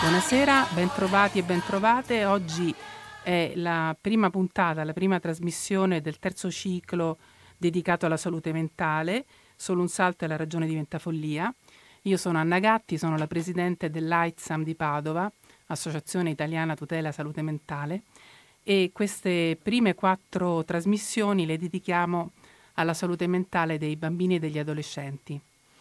Buonasera, bentrovati e bentrovate. Oggi è la prima puntata, la prima trasmissione del terzo ciclo dedicato alla salute mentale, Solo un salto e la ragione diventa follia. Io sono Anna Gatti, sono la presidente dell'AITSAM di Padova, Associazione Italiana Tutela Salute Mentale, e queste prime 4 trasmissioni le dedichiamo alla salute mentale dei bambini e degli adolescenti.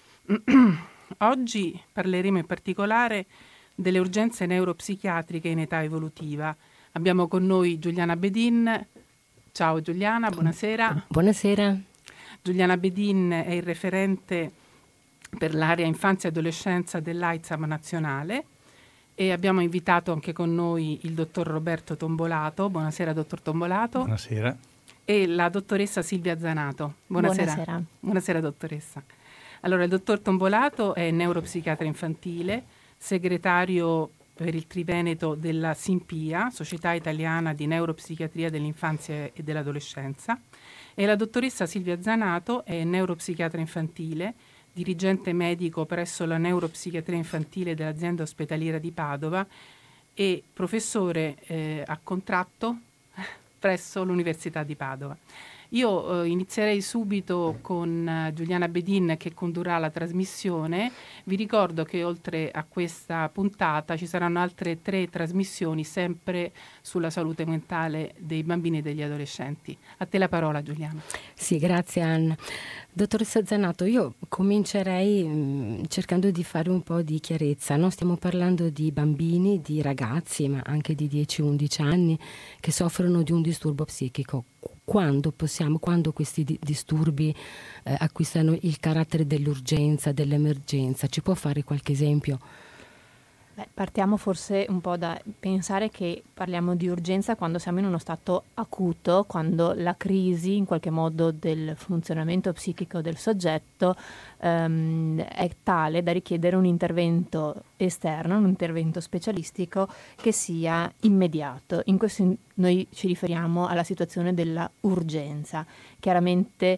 Oggi parleremo in particolare delle urgenze neuropsichiatriche in età evolutiva. Abbiamo con noi Giuliana Bedin. Ciao Giuliana, buonasera. Buonasera. Giuliana Bedin è il referente per l'area infanzia e adolescenza dell'AITSAM nazionale e abbiamo invitato anche con noi il dottor Roberto Tombolato. Buonasera dottor Tombolato. Buonasera. E la dottoressa Silvia Zanato. Buonasera. Buonasera. Buonasera dottoressa. Allora, il dottor Tombolato è neuropsichiatra infantile, segretario per il Triveneto della SINPIA, Società Italiana di Neuropsichiatria dell'Infanzia e dell'Adolescenza, e la dottoressa Silvia Zanato è neuropsichiatra infantile, dirigente medico presso la neuropsichiatria infantile dell'azienda ospedaliera di Padova e professore a contratto presso l'Università di Padova. Io inizierei subito con Giuliana Bedin che condurrà la trasmissione. Vi ricordo che oltre a questa puntata ci saranno altre 3 trasmissioni sempre sulla salute mentale dei bambini e degli adolescenti. A te la parola Giuliana. Sì, grazie Anna. Dottoressa Zanato, io comincerei cercando di fare un po' di chiarezza. No? Stiamo parlando di bambini, di ragazzi, ma anche di 10-11 anni che soffrono di un disturbo psichico. Quando questi disturbi acquistano il carattere dell'urgenza, dell'emergenza? Ci può fare qualche esempio? Partiamo forse un po' da pensare che parliamo di urgenza quando siamo in uno stato acuto, quando la crisi in qualche modo del funzionamento psichico del soggetto è tale da richiedere un intervento esterno, un intervento specialistico che sia immediato. In questo noi ci riferiamo alla situazione della urgenza. Chiaramente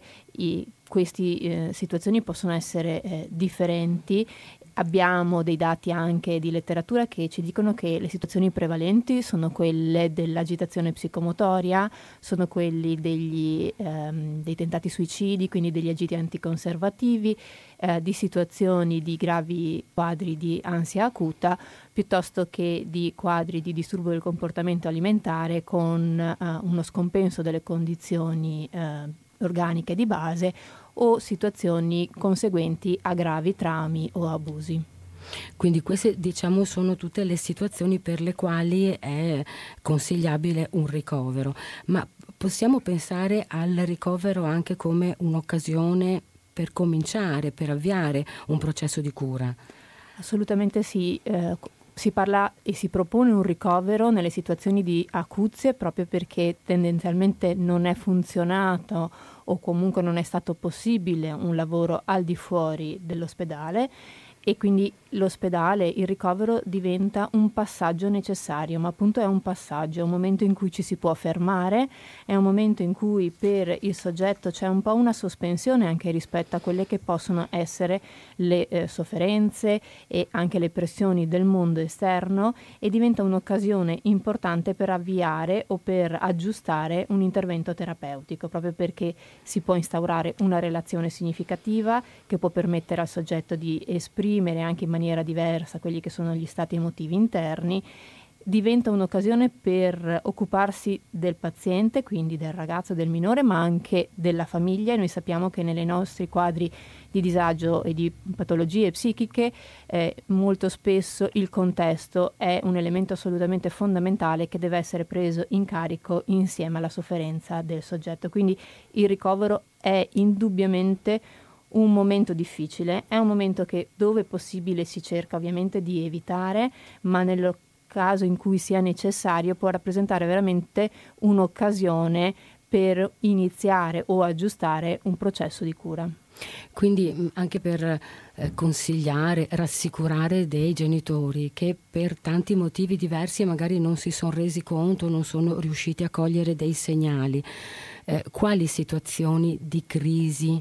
queste situazioni possono essere differenti. Abbiamo dei dati anche di letteratura che ci dicono che le situazioni prevalenti sono quelle dell'agitazione psicomotoria, sono quelli dei tentati suicidi, quindi degli agiti anticonservativi, di situazioni di gravi quadri di ansia acuta, piuttosto che di quadri di disturbo del comportamento alimentare con uno scompenso delle condizioni organiche di base o situazioni conseguenti a gravi traumi o abusi. Quindi queste sono tutte le situazioni per le quali è consigliabile un ricovero, ma possiamo pensare al ricovero anche come un'occasione per cominciare, per avviare un processo di cura? Assolutamente sì. Si parla e si propone un ricovero nelle situazioni di acuzie proprio perché tendenzialmente non è funzionato o comunque non è stato possibile un lavoro al di fuori dell'ospedale e quindi l'ospedale, il ricovero diventa un passaggio necessario, ma appunto è un passaggio, è un momento in cui ci si può fermare, è un momento in cui per il soggetto c'è un po' una sospensione anche rispetto a quelle che possono essere le sofferenze e anche le pressioni del mondo esterno e diventa un'occasione importante per avviare o per aggiustare un intervento terapeutico, proprio perché si può instaurare una relazione significativa che può permettere al soggetto di esprimere anche in maniera diversa quelli che sono gli stati emotivi interni. Diventa un'occasione per occuparsi del paziente, quindi del ragazzo, del minore, ma anche della famiglia. E noi sappiamo che nei nostri quadri di disagio e di patologie psichiche molto spesso il contesto è un elemento assolutamente fondamentale che deve essere preso in carico insieme alla sofferenza del soggetto. Quindi il ricovero è indubbiamente un momento difficile, è un momento che dove possibile si cerca ovviamente di evitare, ma nel caso in cui sia necessario può rappresentare veramente un'occasione per iniziare o aggiustare un processo di cura. Quindi anche per consigliare, rassicurare dei genitori che per tanti motivi diversi magari non si sono resi conto, non sono riusciti a cogliere dei segnali. Quali situazioni di crisi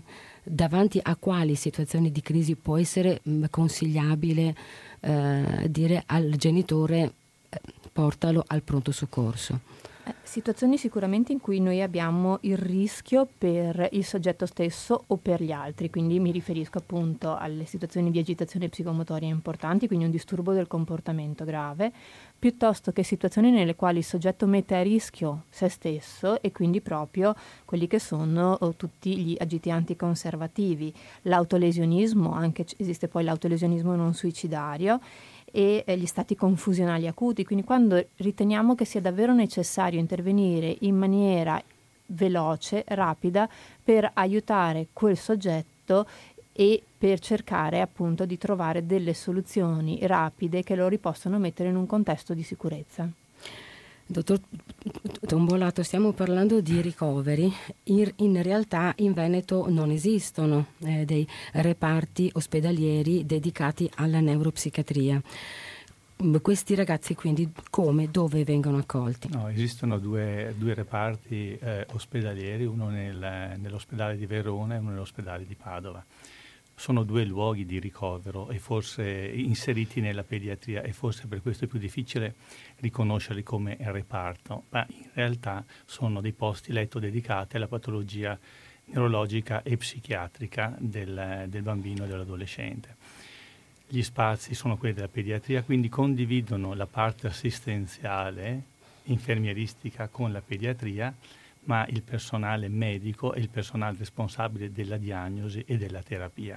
davanti a quali situazioni di crisi può essere consigliabile dire al genitore portalo al pronto soccorso? Situazioni sicuramente in cui noi abbiamo il rischio per il soggetto stesso o per gli altri, quindi mi riferisco appunto alle situazioni di agitazione psicomotoria importanti, quindi un disturbo del comportamento grave, piuttosto che situazioni nelle quali il soggetto mette a rischio se stesso e quindi proprio quelli che sono tutti gli agitanti conservativi, l'autolesionismo, anche esiste poi l'autolesionismo non suicidario, e gli stati confusionali acuti, quindi quando riteniamo che sia davvero necessario intervenire in maniera veloce, rapida, per aiutare quel soggetto e per cercare appunto di trovare delle soluzioni rapide che lo ripossano mettere in un contesto di sicurezza. Dottor Tombolato, stiamo parlando di ricoveri. In realtà in Veneto non esistono dei reparti ospedalieri dedicati alla neuropsichiatria. Questi ragazzi quindi dove vengono accolti? No, esistono due reparti ospedalieri, uno nell'ospedale di Verona e uno nell'ospedale di Padova. Sono due luoghi di ricovero e forse inseriti nella pediatria, e forse per questo è più difficile riconoscerli come reparto, ma in realtà sono dei posti letto dedicati alla patologia neurologica e psichiatrica del bambino e dell'adolescente. Gli spazi sono quelli della pediatria, quindi condividono la parte assistenziale infermieristica con la pediatria, ma il personale medico è il personale responsabile della diagnosi e della terapia.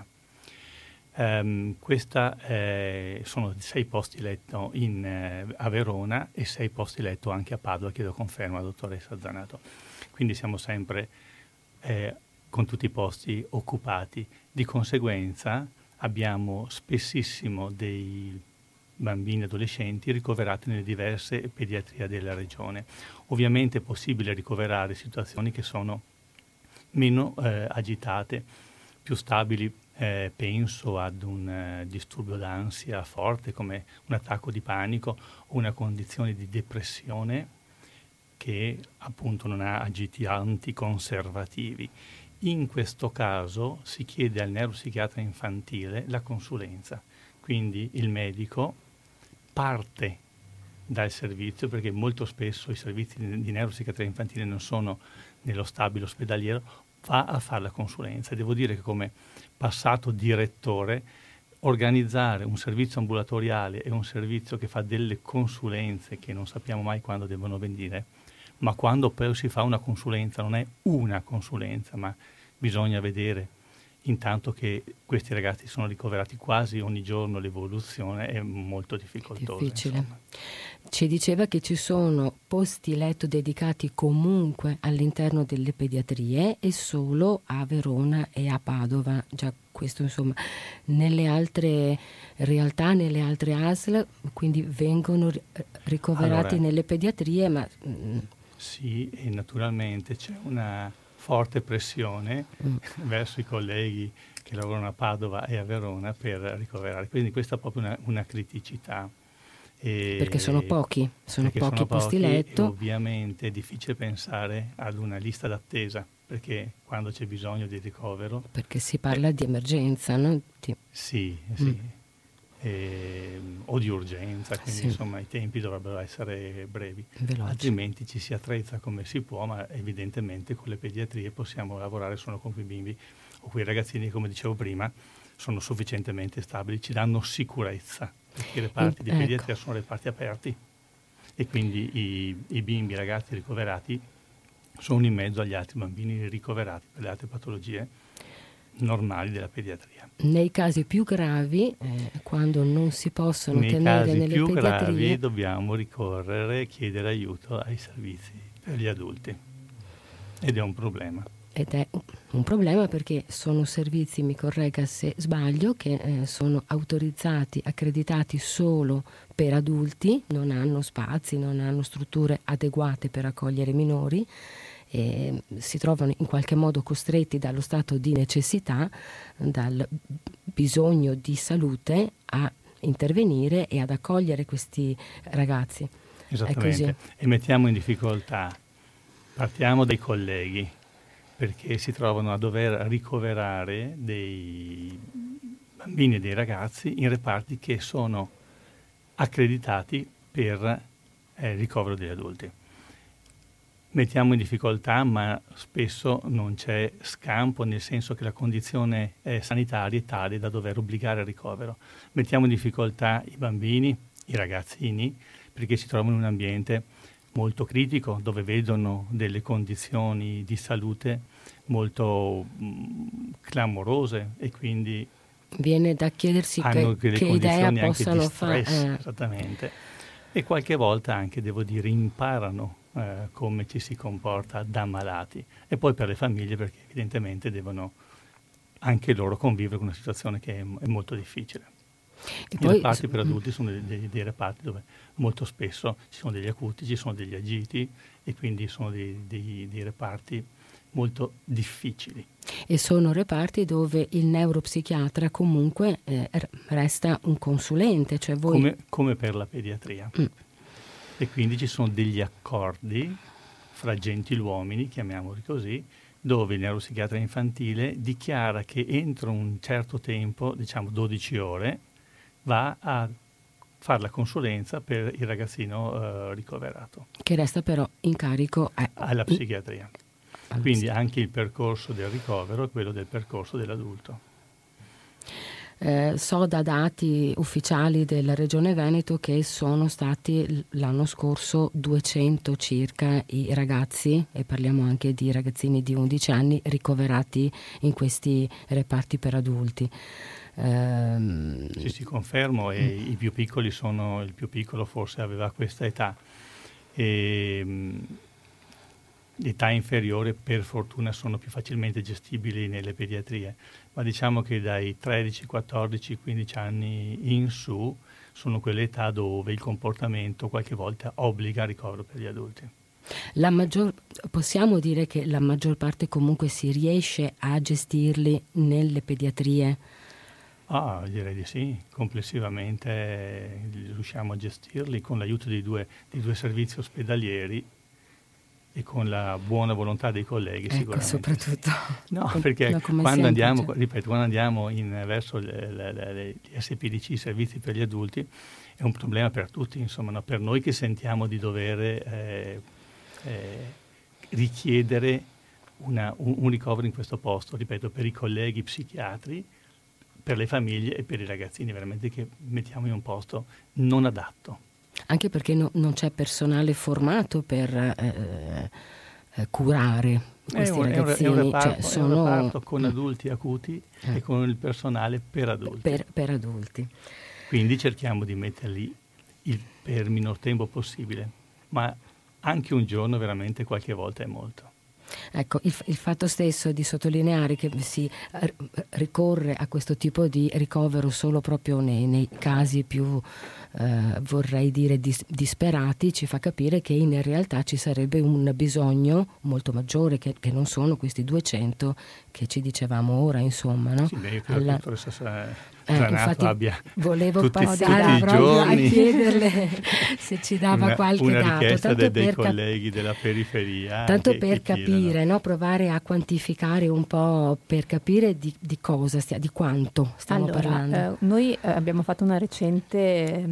Sono 6 posti letto a Verona e 6 posti letto anche a Padova, chiedo conferma alla dottoressa Zanato. Quindi siamo sempre con tutti i posti occupati. Di conseguenza abbiamo spessissimo dei bambini e adolescenti ricoverati nelle diverse pediatrie della regione. Ovviamente è possibile ricoverare situazioni che sono meno agitate, più stabili. Penso ad un disturbo d'ansia forte come un attacco di panico o una condizione di depressione che appunto non ha agitanti conservativi. In questo caso si chiede al neuropsichiatra infantile la consulenza, quindi il medico parte dal servizio, perché molto spesso i servizi di neuropsichiatria infantile non sono nello stabile ospedaliero, va a fare la consulenza. Devo dire che come passato direttore, organizzare un servizio ambulatoriale e un servizio che fa delle consulenze che non sappiamo mai quando devono venire, ma quando poi si fa una consulenza non è una consulenza, ma bisogna vedere intanto che questi ragazzi sono ricoverati quasi ogni giorno, l'evoluzione è molto difficoltosa. Difficile. Insomma. Ci diceva che ci sono posti letto dedicati comunque all'interno delle pediatrie e solo a Verona e a Padova. Già questo insomma, nelle altre realtà, nelle altre ASL, quindi vengono ricoverati nelle pediatrie, ma... Sì, e naturalmente c'è una forte pressione verso i colleghi che lavorano a Padova e a Verona per ricoverare. Quindi questa è proprio una criticità. Perché sono pochi posti letto. E ovviamente è difficile pensare ad una lista d'attesa, perché quando c'è bisogno di ricovero... Perché si parla di emergenza, no? Sì. O di urgenza, quindi insomma i tempi dovrebbero essere brevi. Veloce. Altrimenti ci si attrezza come si può, ma evidentemente con le pediatrie possiamo lavorare solo con quei bimbi o quei ragazzini, come dicevo prima, sono sufficientemente stabili, ci danno sicurezza, perché i reparti di pediatria sono reparti aperti e quindi i bimbi, i ragazzi ricoverati sono in mezzo agli altri bambini ricoverati per le altre patologie normali della pediatria. Nei casi più gravi, quando non si possono tenere nelle pediatrie... Nei casi più gravi dobbiamo ricorrere e chiedere aiuto ai servizi per gli adulti ed è un problema. Ed è un problema perché sono servizi, mi corregga se sbaglio, che sono autorizzati, accreditati solo per adulti, non hanno spazi, non hanno strutture adeguate per accogliere minori, e si trovano in qualche modo costretti dallo stato di necessità, dal bisogno di salute a intervenire e ad accogliere questi ragazzi. Esattamente, e mettiamo in difficoltà, partiamo dai colleghi, perché si trovano a dover ricoverare dei bambini e dei ragazzi in reparti che sono accreditati per il ricovero degli adulti. Mettiamo in difficoltà, ma spesso non c'è scampo, nel senso che la condizione sanitaria è tale da dover obbligare al ricovero. Mettiamo in difficoltà i bambini, i ragazzini, perché si trovano in un ambiente molto critico, dove vedono delle condizioni di salute molto clamorose, e quindi viene da chiedersi che idea possano fare. Esattamente. E qualche volta anche, devo dire, imparano come ci si comporta da malati, e poi per le famiglie, perché evidentemente devono anche loro convivere con una situazione che è molto difficile. I reparti per adulti sono dei reparti dove molto spesso ci sono degli acuti, ci sono degli agiti, e quindi sono dei reparti molto difficili. E sono reparti dove il neuropsichiatra comunque resta un consulente, cioè voi... come per la pediatria. E quindi ci sono degli accordi fra gentiluomini, chiamiamoli così, dove il neuropsichiatra infantile dichiara che entro un certo tempo, diciamo 12 ore, va a fare la consulenza per il ragazzino ricoverato. Che resta però in carico alla psichiatria. Quindi anche il percorso del ricovero è quello del percorso dell'adulto. So da dati ufficiali della Regione Veneto che sono stati l'anno scorso 200 circa i ragazzi, e parliamo anche di ragazzini di 11 anni, ricoverati in questi reparti per adulti. Sì, confermo, e i più piccoli il più piccolo forse aveva questa età. L'età inferiore per fortuna sono più facilmente gestibili nelle pediatrie, ma diciamo che dai 13, 14, 15 anni in su sono quelle età dove il comportamento qualche volta obbliga al ricovero per gli adulti. Possiamo dire che la maggior parte comunque si riesce a gestirli nelle pediatrie? Direi di sì, complessivamente riusciamo a gestirli con l'aiuto dei due servizi ospedalieri e con la buona volontà dei colleghi, sicuramente. Soprattutto. No, perché quando andiamo verso gli SPDC, servizi per gli adulti, è un problema per tutti, insomma, no? Per noi che sentiamo di dover richiedere un ricovero in questo posto, ripeto, per i colleghi psichiatri, per le famiglie e per i ragazzini, veramente che mettiamo in un posto non adatto. Anche perché non c'è personale formato per curare questi ragazzini. È un reparto con adulti acuti e con il personale per adulti. Per adulti. Quindi cerchiamo di metterli per minor tempo possibile, ma anche un giorno veramente qualche volta è molto. Ecco, il fatto stesso di sottolineare che si ricorre a questo tipo di ricovero solo proprio nei casi più, vorrei dire, disperati, ci fa capire che in realtà ci sarebbe un bisogno molto maggiore, che non sono questi 200 che ci dicevamo ora, insomma, no? Sì, io credo che la professoressa Zanato abbia volevo passare proprio a chiederle se ci dava qualche una dato, richiesta tanto dei colleghi della periferia, tanto per capire, no? Provare a quantificare un po', per capire di cosa di quanto stiamo parlando. Noi abbiamo fatto una recente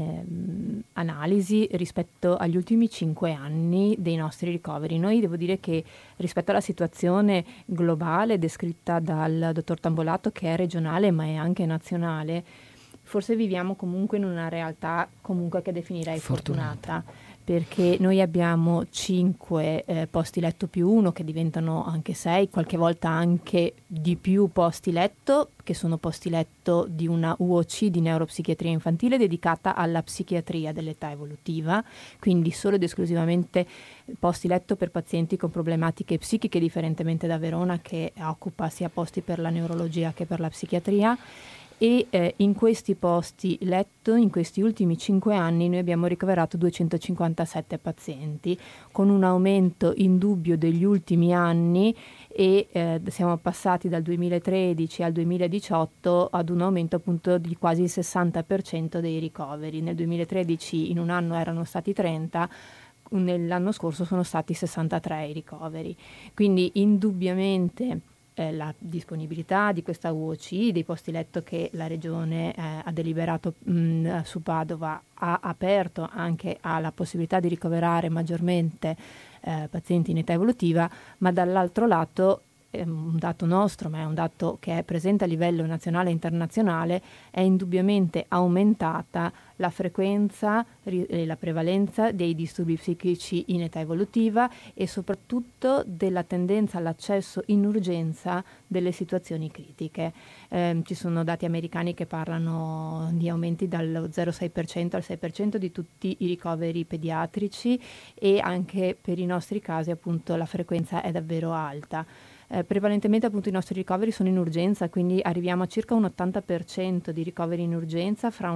analisi rispetto agli ultimi 5 anni dei nostri ricoveri. Noi devo dire che rispetto alla situazione globale descritta dal dottor Tambolato, che è regionale ma è anche nazionale, forse viviamo comunque in una realtà comunque che definirei fortunata, perché noi abbiamo 5 posti letto più 1 che diventano anche 6, qualche volta anche di più posti letto, che sono posti letto di una UOC di neuropsichiatria infantile dedicata alla psichiatria dell'età evolutiva, quindi solo ed esclusivamente posti letto per pazienti con problematiche psichiche, differentemente da Verona, che occupa sia posti per la neurologia che per la psichiatria. E in questi posti letto, in questi ultimi 5 anni, noi abbiamo ricoverato 257 pazienti, con un aumento indubbio degli ultimi anni, e siamo passati dal 2013 al 2018 ad un aumento appunto di quasi il 60% dei ricoveri. Nel 2013 in un anno erano stati 30, nell'anno scorso sono stati 63 i ricoveri. Quindi indubbiamente la disponibilità di questa UOC, dei posti letto che la Regione ha deliberato su Padova, ha aperto anche alla possibilità di ricoverare maggiormente pazienti in età evolutiva, ma dall'altro lato un dato nostro, ma è un dato che è presente a livello nazionale e internazionale, è indubbiamente aumentata la frequenza e la prevalenza dei disturbi psichici in età evolutiva e soprattutto della tendenza all'accesso in urgenza delle situazioni critiche. Ci sono dati americani che parlano di aumenti dallo 0,6% al 6% di tutti i ricoveri pediatrici, e anche per i nostri casi appunto la frequenza è davvero alta. Prevalentemente appunto i nostri ricoveri sono in urgenza, quindi arriviamo a circa un 80% di ricoveri in urgenza, fra un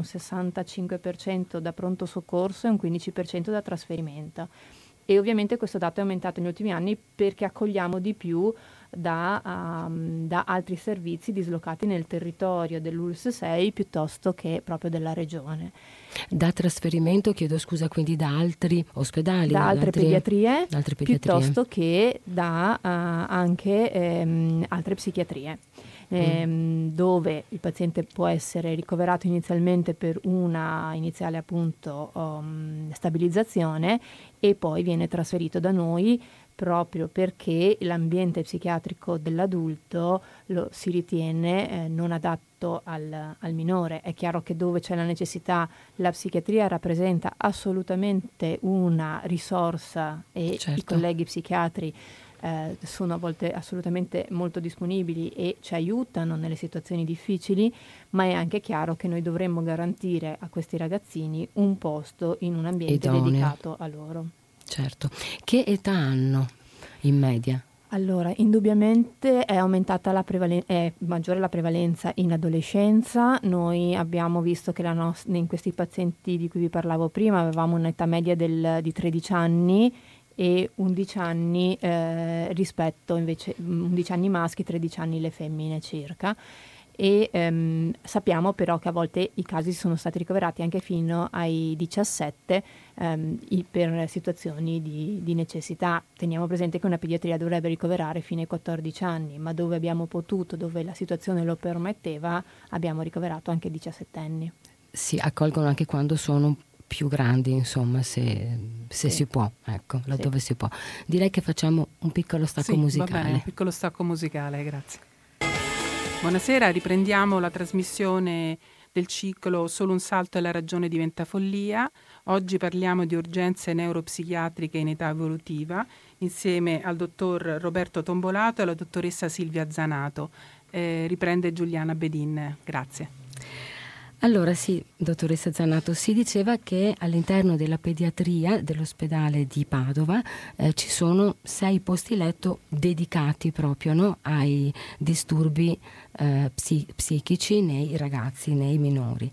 65% da pronto soccorso e un 15% da trasferimento. E ovviamente questo dato è aumentato negli ultimi anni perché accogliamo di più da altri servizi dislocati nel territorio dell'ULSS 6 piuttosto che proprio della regione. Da trasferimento, chiedo scusa, quindi da altri ospedali? Da altre pediatrie, piuttosto che da anche altre psichiatrie. Dove il paziente può essere ricoverato inizialmente per una iniziale appunto stabilizzazione e poi viene trasferito da noi proprio perché l'ambiente psichiatrico dell'adulto lo si ritiene non adatto al minore. È chiaro che dove c'è la necessità la psichiatria rappresenta assolutamente una risorsa e certo. I colleghi psichiatri sono a volte assolutamente molto disponibili e ci aiutano nelle situazioni difficili, ma è anche chiaro che noi dovremmo garantire a questi ragazzini un posto in un ambiente idoneo, dedicato a loro. Certo. Che età hanno in media? Allora, indubbiamente è aumentata è maggiore la prevalenza in adolescenza. Noi abbiamo visto che in questi pazienti di cui vi parlavo prima avevamo un'età media di 13 anni e 11 anni rispetto invece 11 anni maschi, 13 anni le femmine circa. E sappiamo però che a volte i casi sono stati ricoverati anche fino ai 17 per situazioni di necessità. Teniamo presente che una pediatria dovrebbe ricoverare fino ai 14 anni, ma dove abbiamo potuto, dove la situazione lo permetteva, abbiamo ricoverato anche 17 anni. Si accolgono anche quando sono più grandi, insomma, se sì. Si può, ecco, laddove sì. si può. Direi che facciamo un piccolo stacco musicale. Va bene, un piccolo stacco musicale, grazie. Buonasera, riprendiamo la trasmissione del ciclo Solo un salto e la ragione diventa follia. Oggi parliamo di urgenze neuropsichiatriche in età evolutiva insieme al dottor Roberto Tombolato e alla dottoressa Silvia Zanato. Riprende Giuliana Bedin, grazie. Allora sì, dottoressa Zanato, si diceva che all'interno della pediatria dell'ospedale di Padova ci sono 6 posti letto dedicati proprio, no, ai disturbi psichici nei ragazzi, nei minori.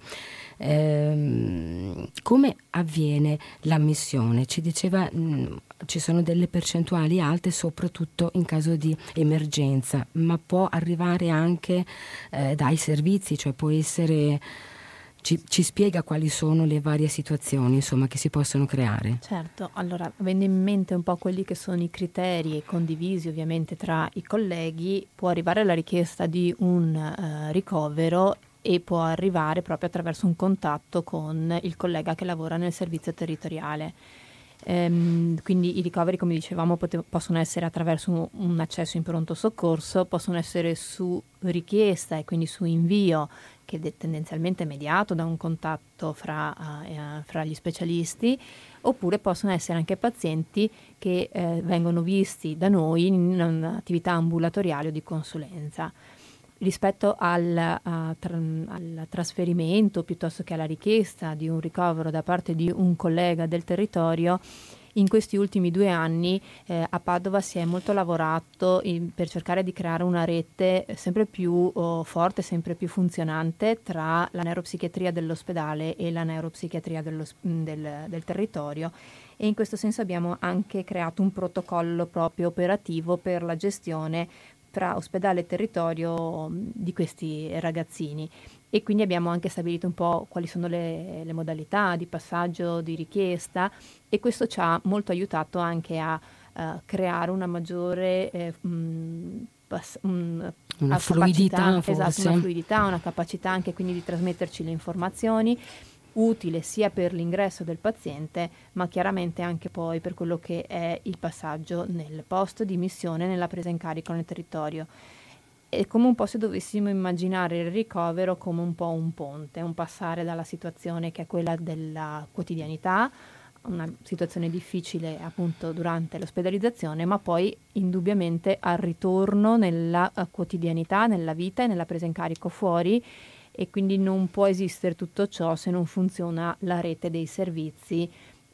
Come avviene l'ammissione? Ci diceva ci sono delle percentuali alte soprattutto in caso di emergenza, ma può arrivare anche dai servizi, cioè può essere... Ci spiega quali sono le varie situazioni, insomma, che si possono creare? Certo, allora, avendo in mente un po' quelli che sono i criteri condivisi ovviamente tra i colleghi, può arrivare la richiesta di un ricovero e può arrivare proprio attraverso un contatto con il collega che lavora nel servizio territoriale. Quindi i ricoveri, come dicevamo, possono essere attraverso un accesso in pronto soccorso, possono essere su richiesta e quindi su invio, che è tendenzialmente mediato da un contatto fra gli specialisti, oppure possono essere anche pazienti che vengono visti da noi in un'attività ambulatoriale o di consulenza. Rispetto al trasferimento piuttosto che alla richiesta di un ricovero da parte di un collega del territorio, in questi ultimi 2 anni a Padova si è molto lavorato per cercare di creare una rete sempre più forte, sempre più funzionante tra la neuropsichiatria dell'ospedale e la neuropsichiatria del territorio, e in questo senso abbiamo anche creato un protocollo proprio operativo per la gestione tra ospedale e territorio di questi ragazzini. e quindi abbiamo anche stabilito un po' quali sono le modalità di passaggio, di richiesta, e questo ci ha molto aiutato anche a creare una maggiore una fluidità, forse. Esatto, una fluidità, una capacità anche quindi di trasmetterci le informazioni, utile sia per l'ingresso del paziente, ma chiaramente anche poi per quello che è il passaggio nel posto di missione, nella presa in carico nel territorio. È come un po' se dovessimo immaginare il ricovero come un po' un ponte, un passare dalla situazione che è quella della quotidianità, una situazione difficile appunto durante l'ospedalizzazione, ma poi indubbiamente al ritorno nella quotidianità, nella vita e nella presa in carico fuori, e quindi non può esistere tutto ciò se non funziona la rete dei servizi,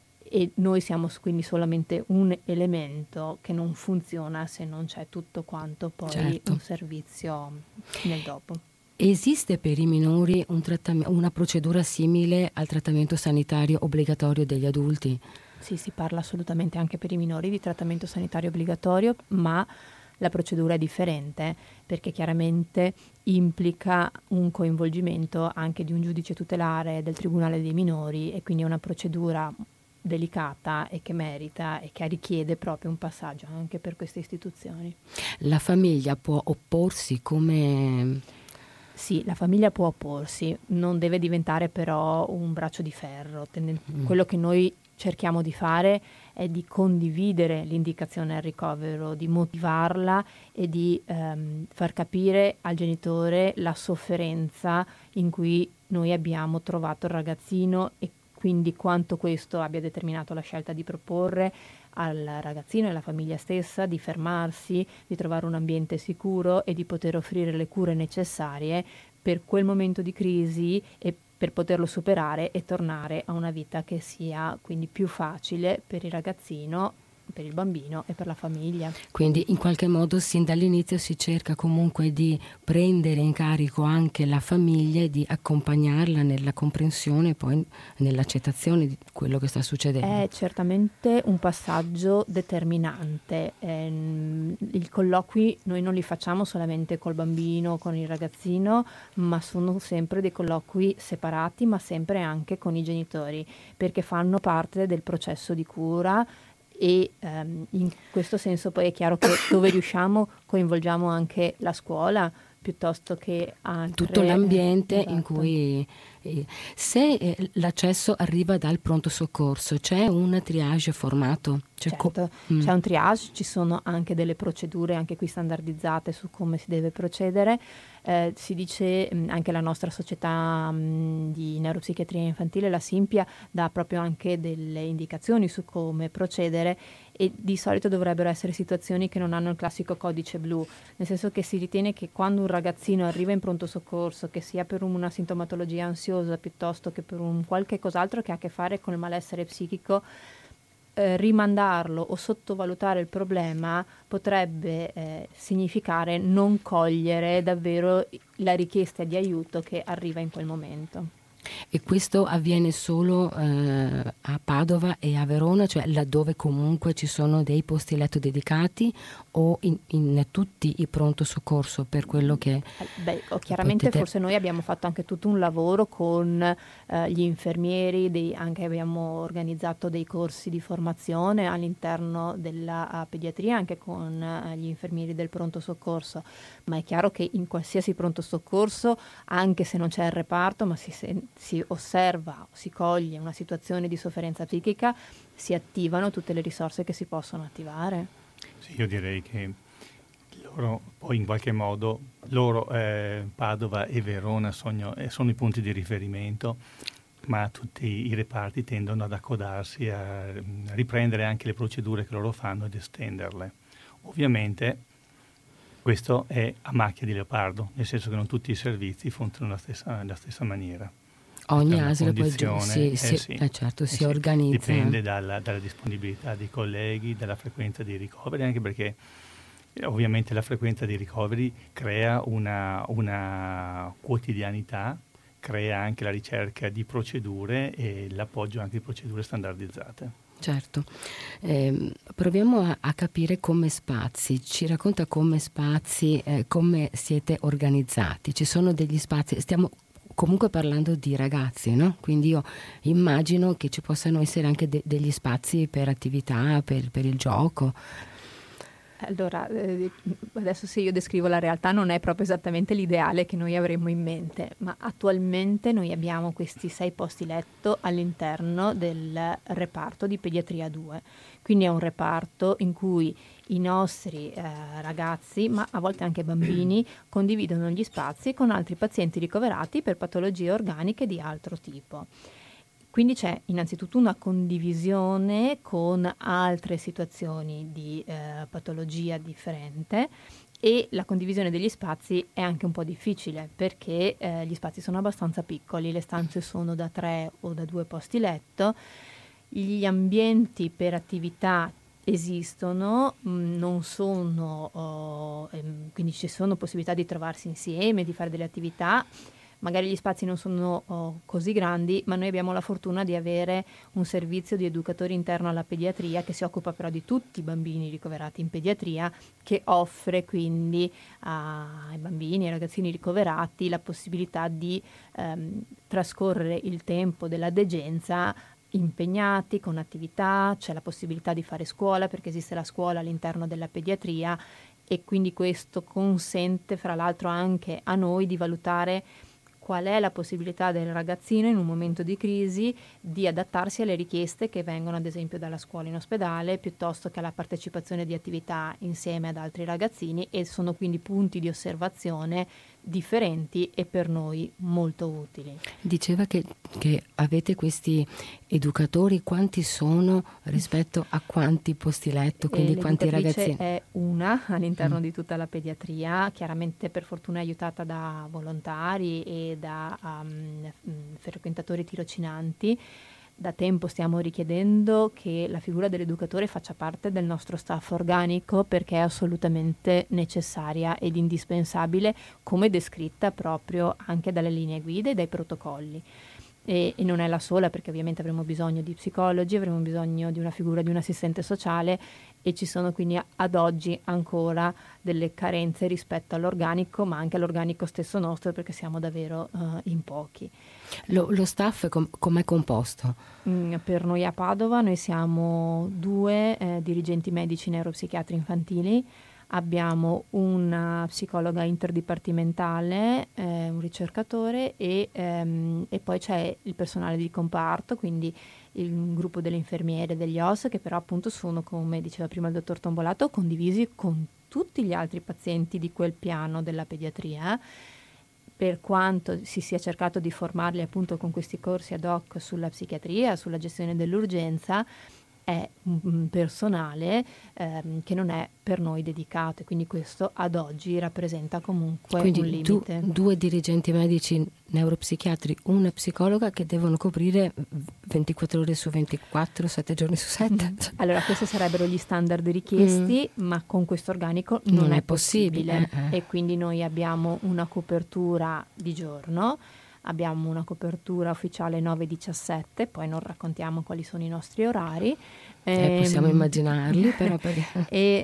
e noi siamo quindi solamente un elemento che non funziona se non c'è tutto quanto poi un servizio nel dopo. Esiste per i minori una procedura simile al trattamento sanitario obbligatorio degli adulti? Sì, si parla assolutamente anche per i minori di trattamento sanitario obbligatorio, ma la procedura è differente perché chiaramente implica un coinvolgimento anche di un giudice tutelare del Tribunale dei minori, e quindi è una procedura delicata e che merita e che richiede proprio un passaggio anche per queste istituzioni. La famiglia può opporsi come... Sì, la famiglia può opporsi, non deve diventare però un braccio di ferro. Quello che noi cerchiamo di fare è di condividere l'indicazione al ricovero, di motivarla e di far capire al genitore la sofferenza in cui noi abbiamo trovato il ragazzino, e quindi quanto questo abbia determinato la scelta di proporre al ragazzino e alla famiglia stessa di fermarsi, di trovare un ambiente sicuro e di poter offrire le cure necessarie per quel momento di crisi e per poterlo superare e tornare a una vita che sia quindi più facile per il ragazzino, per il bambino e per la famiglia. Quindi in qualche modo sin dall'inizio si cerca comunque di prendere in carico anche la famiglia e di accompagnarla nella comprensione e poi nell'accettazione di quello che sta succedendo. È certamente un passaggio determinante. I colloqui noi non li facciamo solamente col bambino, con il ragazzino, ma sono sempre dei colloqui separati, ma sempre anche con i genitori, perché fanno parte del processo di cura. E in questo senso poi è chiaro che dove riusciamo coinvolgiamo anche la scuola piuttosto che altre, tutto l'ambiente esatto. In cui se l'accesso arriva dal pronto soccorso c'è un triage formato? Certo, c'è un triage, ci sono anche delle procedure anche qui standardizzate su come si deve procedere. Si dice anche la nostra società di neuropsichiatria infantile, la Simpia, dà proprio anche delle indicazioni su come procedere, e di solito dovrebbero essere situazioni che non hanno il classico codice blu, nel senso che si ritiene che quando un ragazzino arriva in pronto soccorso, che sia per una sintomatologia ansiosa piuttosto che per un qualche cos'altro che ha a che fare con il malessere psichico, rimandarlo o sottovalutare il problema potrebbe significare non cogliere davvero la richiesta di aiuto che arriva in quel momento. E questo avviene solo a Padova e a Verona, cioè laddove comunque ci sono dei posti letto dedicati, o in tutti i pronto soccorso, per quello che... Chiaramente forse noi abbiamo fatto anche tutto un lavoro con gli infermieri, anche abbiamo organizzato dei corsi di formazione all'interno della pediatria anche con gli infermieri del pronto soccorso, ma è chiaro che in qualsiasi pronto soccorso, anche se non c'è il reparto, ma si osserva, si coglie una situazione di sofferenza psichica, si attivano tutte le risorse che si possono attivare. Sì, io direi che loro poi in qualche modo, Padova e Verona sono i punti di riferimento, ma tutti i reparti tendono ad accodarsi, a riprendere anche le procedure che loro fanno ed estenderle. Ovviamente questo è a macchia di leopardo, nel senso che non tutti i servizi funzionano nella stessa maniera. Ogni ASL poi si organizza. Dipende dalla disponibilità dei colleghi, dalla frequenza dei ricoveri, anche perché ovviamente la frequenza dei ricoveri crea una quotidianità, crea anche la ricerca di procedure e l'appoggio anche di procedure standardizzate. Certo, proviamo a capire come spazi, ci racconta come spazi, come siete organizzati. Ci sono degli spazi, stiamo comunque parlando di ragazzi, no? Quindi io immagino che ci possano essere anche degli spazi per attività, per il gioco. Allora, adesso se io descrivo la realtà non è proprio esattamente l'ideale che noi avremmo in mente, ma attualmente noi abbiamo questi 6 posti letto all'interno del reparto di pediatria 2. Quindi è un reparto in cui i nostri ragazzi, ma a volte anche bambini, condividono gli spazi con altri pazienti ricoverati per patologie organiche di altro tipo. Quindi c'è innanzitutto una condivisione con altre situazioni di patologia differente, e la condivisione degli spazi è anche un po' difficile perché gli spazi sono abbastanza piccoli, le stanze sono da 3 o da 2 posti letto, gli ambienti per attività esistono, non sono, quindi ci sono possibilità di trovarsi insieme, di fare delle attività. Magari gli spazi non sono così grandi, ma noi abbiamo la fortuna di avere un servizio di educatori interno alla pediatria che si occupa però di tutti i bambini ricoverati in pediatria, che offre quindi ai bambini e ai ragazzini ricoverati la possibilità di trascorrere il tempo della degenza impegnati con attività. C'è la possibilità di fare scuola perché esiste la scuola all'interno della pediatria, e quindi questo consente fra l'altro anche a noi di valutare qual è la possibilità del ragazzino in un momento di crisi di adattarsi alle richieste che vengono ad esempio dalla scuola in ospedale, piuttosto che alla partecipazione di attività insieme ad altri ragazzini, e sono quindi punti di osservazione differenti e per noi molto utili. Diceva che avete questi educatori, quanti sono rispetto a quanti posti letto, quindi quanti ragazzini? È una all'interno di tutta la pediatria, chiaramente per fortuna è aiutata da volontari e da frequentatori tirocinanti. Da tempo stiamo richiedendo che la figura dell'educatore faccia parte del nostro staff organico, perché è assolutamente necessaria ed indispensabile, come descritta proprio anche dalle linee guida e dai protocolli. E non è la sola, perché ovviamente avremo bisogno di psicologi, avremo bisogno di una figura di un assistente sociale, e ci sono quindi ad oggi ancora delle carenze rispetto all'organico, ma anche all'organico stesso nostro, perché siamo davvero in pochi. Lo staff com'è composto? Per noi a Padova noi siamo 2 dirigenti medici neuropsichiatri infantili, abbiamo una psicologa interdipartimentale, un ricercatore e poi c'è il personale di comparto, quindi il gruppo delle infermiere, degli OS, che però appunto sono, come diceva prima il dottor Tombolato, condivisi con tutti gli altri pazienti di quel piano della pediatria. Per quanto si sia cercato di formarli appunto con questi corsi ad hoc sulla psichiatria, sulla gestione dell'urgenza, è un personale che non è per noi dedicato, e quindi questo ad oggi rappresenta comunque un limite. 2 dirigenti medici neuropsichiatri, una psicologa, che devono coprire 24 ore su 24, 7 giorni su 7. Allora, questi sarebbero gli standard richiesti, ma con questo organico non è possibile. E quindi noi abbiamo una copertura di giorno, abbiamo una copertura ufficiale 9-17, poi non raccontiamo quali sono i nostri orari. Possiamo immaginarli, però e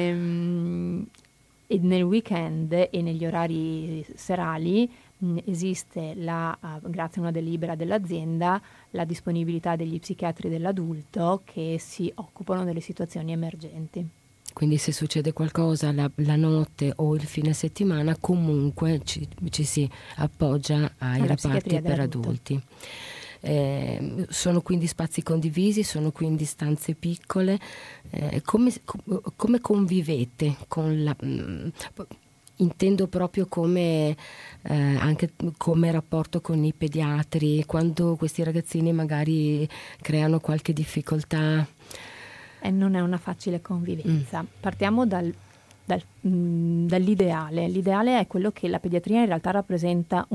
nel weekend e negli orari serali esiste grazie a una delibera dell'azienda, la disponibilità degli psichiatri dell'adulto che si occupano delle situazioni emergenti. Quindi se succede qualcosa la notte o il fine settimana, comunque ci si appoggia ai reparti per adulti. Sono quindi spazi condivisi, sono quindi stanze piccole. Come convivete con la... Intendo proprio come anche come rapporto con i pediatri, quando questi ragazzini magari creano qualche difficoltà. Non è una facile convivenza. Partiamo dall'ideale. L'ideale è quello che la pediatria in realtà rappresenta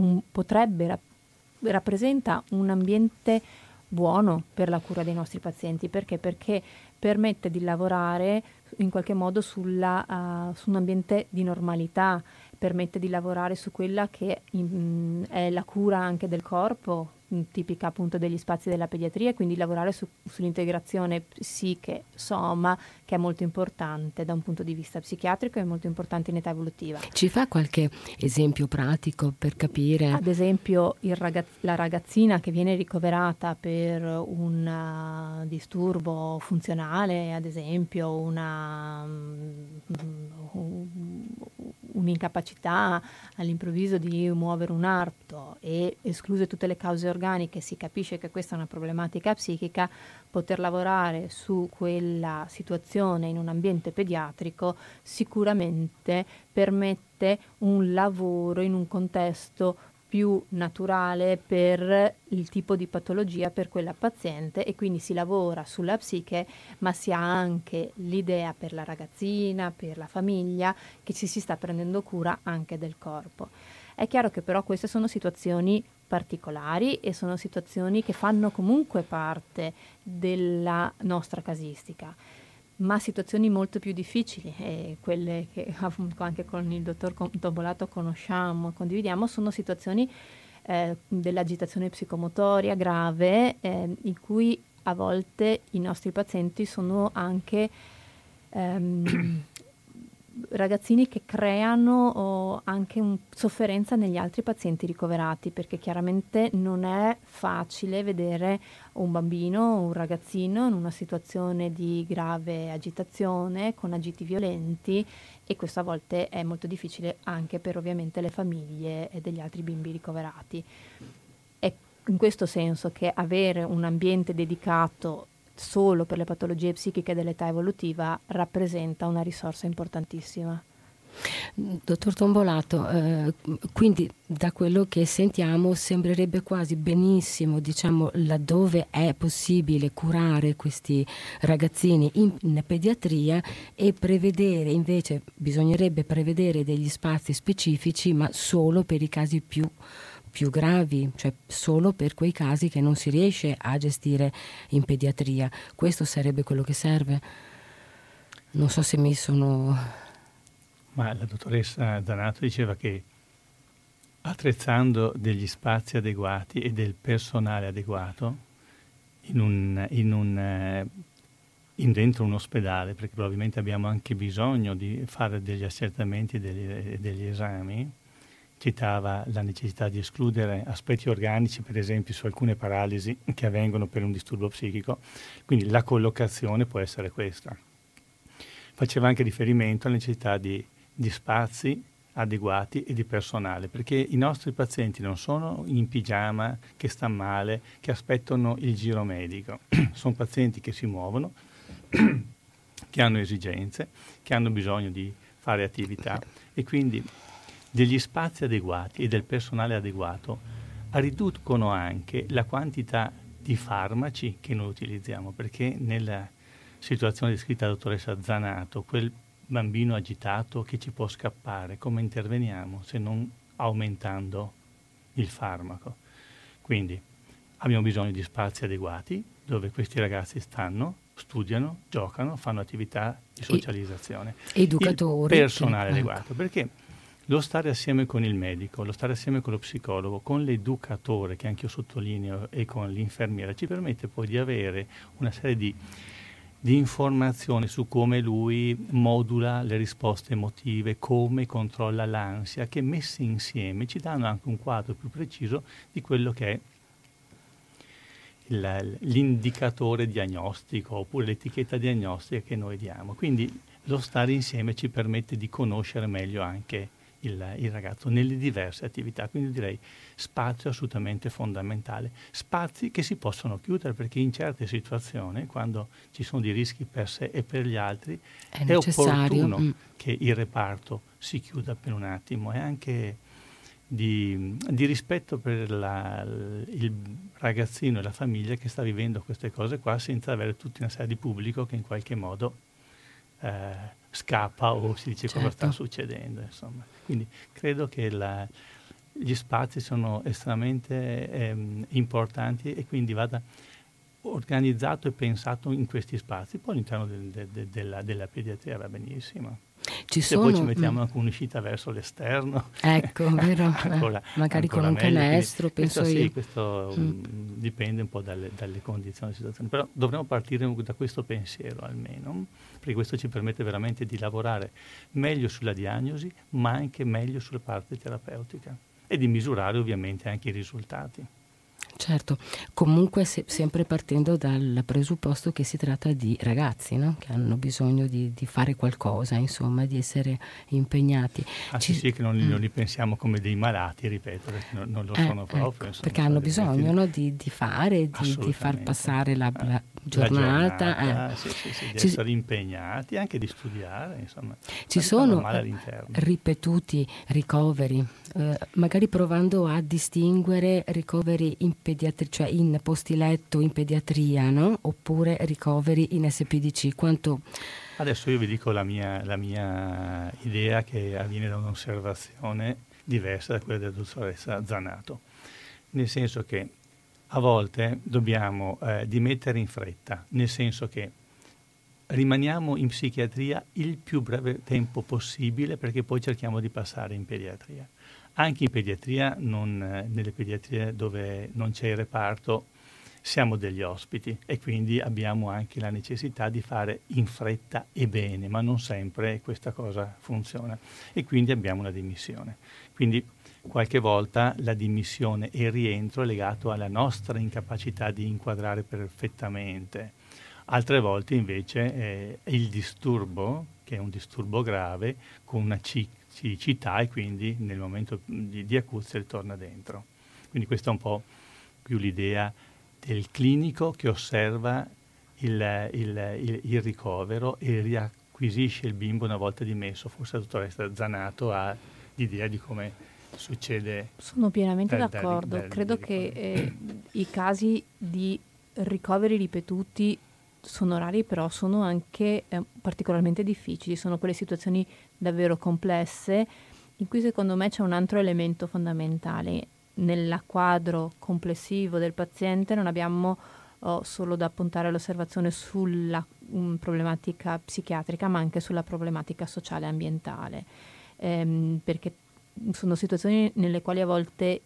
un ambiente buono per la cura dei nostri pazienti. Perché? Perché permette di lavorare in qualche modo su un ambiente di normalità, permette di lavorare su quella che è la cura anche del corpo, tipica appunto degli spazi della pediatria, quindi lavorare sull'integrazione psiche-soma, che è molto importante da un punto di vista psichiatrico e molto importante in età evolutiva. Ci fa qualche esempio pratico per capire? Ad esempio la ragazzina che viene ricoverata per un disturbo funzionale, ad esempio un'incapacità all'improvviso di muovere un arto, e escluse tutte le cause organiche, si capisce che questa è una problematica psichica. Poter lavorare su quella situazione in un ambiente pediatrico sicuramente permette un lavoro in un contesto più naturale per il tipo di patologia per quella paziente, e quindi si lavora sulla psiche, ma si ha anche l'idea per la ragazzina, per la famiglia, che ci si sta prendendo cura anche del corpo. È chiaro che però queste sono situazioni particolari e sono situazioni che fanno comunque parte della nostra casistica, ma situazioni molto più difficili, e quelle che anche con il dottor Tombolato conosciamo, condividiamo, sono situazioni dell'agitazione psicomotoria grave, in cui a volte i nostri pazienti sono anche ragazzini che creano anche sofferenza negli altri pazienti ricoverati, perché chiaramente non è facile vedere un bambino o un ragazzino in una situazione di grave agitazione, con agiti violenti, e questo a volte è molto difficile anche per ovviamente le famiglie e degli altri bimbi ricoverati. È in questo senso che avere un ambiente dedicato solo per le patologie psichiche dell'età evolutiva rappresenta una risorsa importantissima. Dottor Tombolato, quindi da quello che sentiamo sembrerebbe quasi benissimo, diciamo, laddove è possibile curare questi ragazzini in pediatria, e prevedere invece, bisognerebbe prevedere degli spazi specifici, ma solo per i casi più gravi, cioè solo per quei casi che non si riesce a gestire in pediatria. Questo sarebbe quello che serve? Non so se mi sono... Ma la dottoressa Zanato diceva che attrezzando degli spazi adeguati e del personale adeguato dentro un ospedale, perché probabilmente abbiamo anche bisogno di fare degli accertamenti e degli esami. Citava la necessità di escludere aspetti organici, per esempio su alcune paralisi che avvengono per un disturbo psichico, quindi la collocazione può essere questa. Faceva anche riferimento alla necessità di spazi adeguati e di personale, perché i nostri pazienti non sono in pigiama, che stanno male, che aspettano il giro medico, sono pazienti che si muovono, che hanno esigenze, che hanno bisogno di fare attività, e quindi degli spazi adeguati e del personale adeguato riducono anche la quantità di farmaci che noi utilizziamo, perché nella situazione descritta dalla dottoressa Zanato, quel bambino agitato che ci può scappare, come interveniamo se non aumentando il farmaco? Quindi abbiamo bisogno di spazi adeguati dove questi ragazzi stanno, studiano, giocano, fanno attività di socializzazione. Educatori. Il personale adeguato, perché lo stare assieme con il medico, lo stare assieme con lo psicologo, con l'educatore, che anche io sottolineo, e con l'infermiera, ci permette poi di avere una serie di informazioni su come lui modula le risposte emotive, come controlla l'ansia, che messe insieme ci danno anche un quadro più preciso di quello che è l'indicatore diagnostico oppure l'etichetta diagnostica che noi diamo. Quindi lo stare insieme ci permette di conoscere meglio anche il ragazzo nelle diverse attività, quindi direi spazio assolutamente fondamentale, spazi che si possono chiudere, perché in certe situazioni, quando ci sono dei rischi per sé e per gli altri, è opportuno che il reparto si chiuda per un attimo, e anche di rispetto per il ragazzino e la famiglia che sta vivendo queste cose qua, senza avere tutta una serie di pubblico che in qualche modo scappa o si dice cosa sta succedendo, insomma. Quindi credo che gli spazi sono estremamente importanti, e quindi vada organizzato e pensato in questi spazi. Poi all'interno della pediatria va benissimo. Se poi ci mettiamo anche un'uscita verso l'esterno, ecco, vero? Magari con un canestro, penso io. Sì, questo dipende un po' dalle condizioni, situazioni, però dovremmo partire da questo pensiero almeno, perché questo ci permette veramente di lavorare meglio sulla diagnosi, ma anche meglio sulla parte terapeutica e di misurare ovviamente anche i risultati. Certo, comunque sempre partendo dal presupposto che si tratta di ragazzi, no? Che hanno bisogno di fare qualcosa, insomma, di essere impegnati. Sì, che non li pensiamo come dei malati, ripeto, perché non lo sono proprio. Ecco, insomma, perché hanno bisogno, no? di fare, di far passare la giornata. Di essere impegnati, anche di studiare, insomma. Ci sono ripetuti ricoveri, magari provando a distinguere ricoveri in pediatria, cioè in postiletto in pediatria, no? Oppure ricoveri in SPDC. Quanto... Adesso io vi dico la mia idea, che avviene da un'osservazione diversa da quella della dottoressa Zanato, nel senso che a volte dobbiamo dimettere in fretta, nel senso che rimaniamo in psichiatria il più breve tempo possibile, perché poi cerchiamo di passare in pediatria. Anche in pediatria, nelle pediatrie dove non c'è il reparto, siamo degli ospiti e quindi abbiamo anche la necessità di fare in fretta e bene, ma non sempre questa cosa funziona e quindi abbiamo una dimissione. Quindi qualche volta la dimissione e il rientro è legato alla nostra incapacità di inquadrare perfettamente. Altre volte invece il disturbo, che è un disturbo grave, con una ciclicità, e quindi nel momento di acuzia ritorna dentro. Quindi questa è un po' più l'idea del clinico che osserva il ricovero e riacquisisce il bimbo una volta dimesso. Forse la dottoressa Zanato ha l'idea di come succede. Sono pienamente d'accordo. Credo che i casi di ricoveri ripetuti sono rari, però sono anche particolarmente difficili. Sono quelle situazioni davvero complesse in cui secondo me c'è un altro elemento fondamentale. Nel quadro complessivo del paziente non abbiamo solo da puntare l'osservazione sulla problematica psichiatrica, ma anche sulla problematica sociale e ambientale, perché sono situazioni nelle quali a volte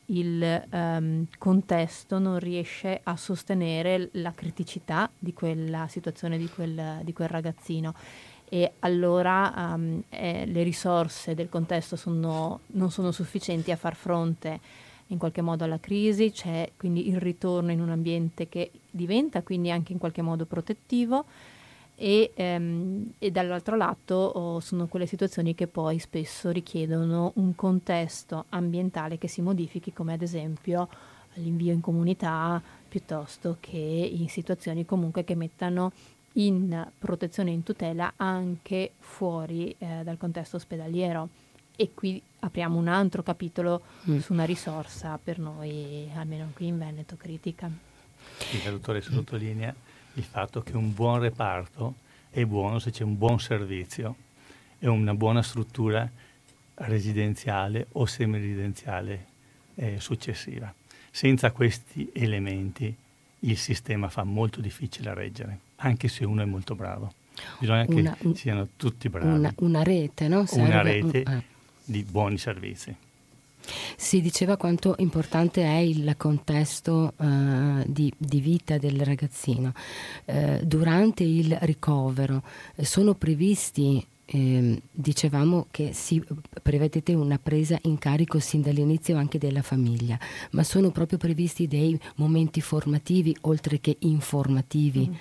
il contesto non riesce a sostenere la criticità di quella situazione, di quel ragazzino, e allora le risorse del contesto non sono sufficienti a far fronte in qualche modo alla crisi. C'è quindi il ritorno in un ambiente che diventa quindi anche in qualche modo protettivo, e dall'altro lato sono quelle situazioni che poi spesso richiedono un contesto ambientale che si modifichi, come ad esempio l'invio in comunità, piuttosto che in situazioni comunque che mettano in protezione e in tutela anche fuori dal contesto ospedaliero. E qui apriamo un altro capitolo su una risorsa per noi, almeno qui in Veneto, critica. Il dottore sottolinea il fatto che un buon reparto è buono se c'è un buon servizio e una buona struttura residenziale o semiresidenziale successiva. Senza questi elementi il sistema fa molto difficile a reggere, anche se uno è molto bravo. Bisogna che siano tutti bravi. Una rete, no? Una rete di buoni servizi. Si diceva quanto importante è il contesto di vita del ragazzino. Durante il ricovero sono previsti, dicevamo che prevedete una presa in carico sin dall'inizio anche della famiglia, ma sono proprio previsti dei momenti formativi oltre che informativi?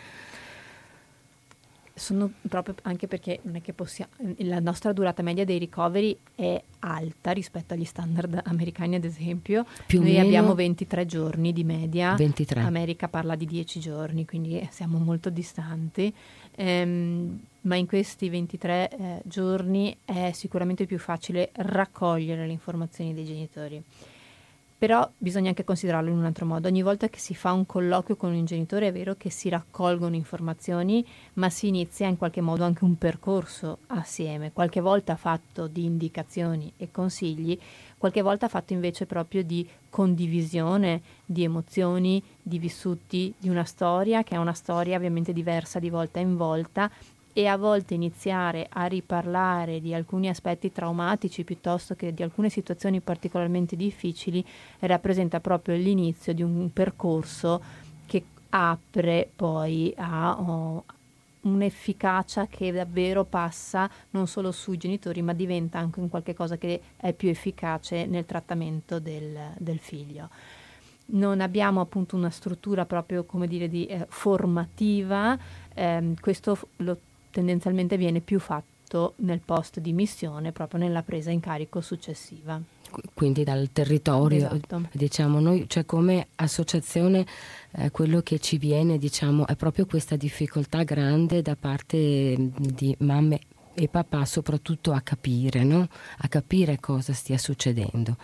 Sono proprio anche perché non è che la nostra durata media dei ricoveri è alta rispetto agli standard americani, ad esempio. Noi abbiamo 23 giorni di media. 23. America parla di 10 giorni, quindi siamo molto distanti. Ma in questi 23 giorni è sicuramente più facile raccogliere le informazioni dei genitori. Però bisogna anche considerarlo in un altro modo. Ogni volta che si fa un colloquio con un genitore è vero che si raccolgono informazioni, ma si inizia in qualche modo anche un percorso assieme, qualche volta fatto di indicazioni e consigli, qualche volta fatto invece proprio di condivisione di emozioni, di vissuti, di una storia che è una storia ovviamente diversa di volta in volta, e a volte iniziare a riparlare di alcuni aspetti traumatici piuttosto che di alcune situazioni particolarmente difficili rappresenta proprio l'inizio di un percorso che apre poi a un'efficacia che davvero passa non solo sui genitori, ma diventa anche un qualche cosa che è più efficace nel trattamento del figlio. Non abbiamo appunto una struttura proprio, come dire, formativa, questo tendenzialmente viene più fatto nel post di missione, proprio nella presa in carico successiva. Quindi dal territorio, esatto. Diciamo noi, cioè come associazione, quello che ci viene, diciamo, è proprio questa difficoltà grande da parte di mamme e papà, soprattutto a capire, no? A capire cosa stia succedendo.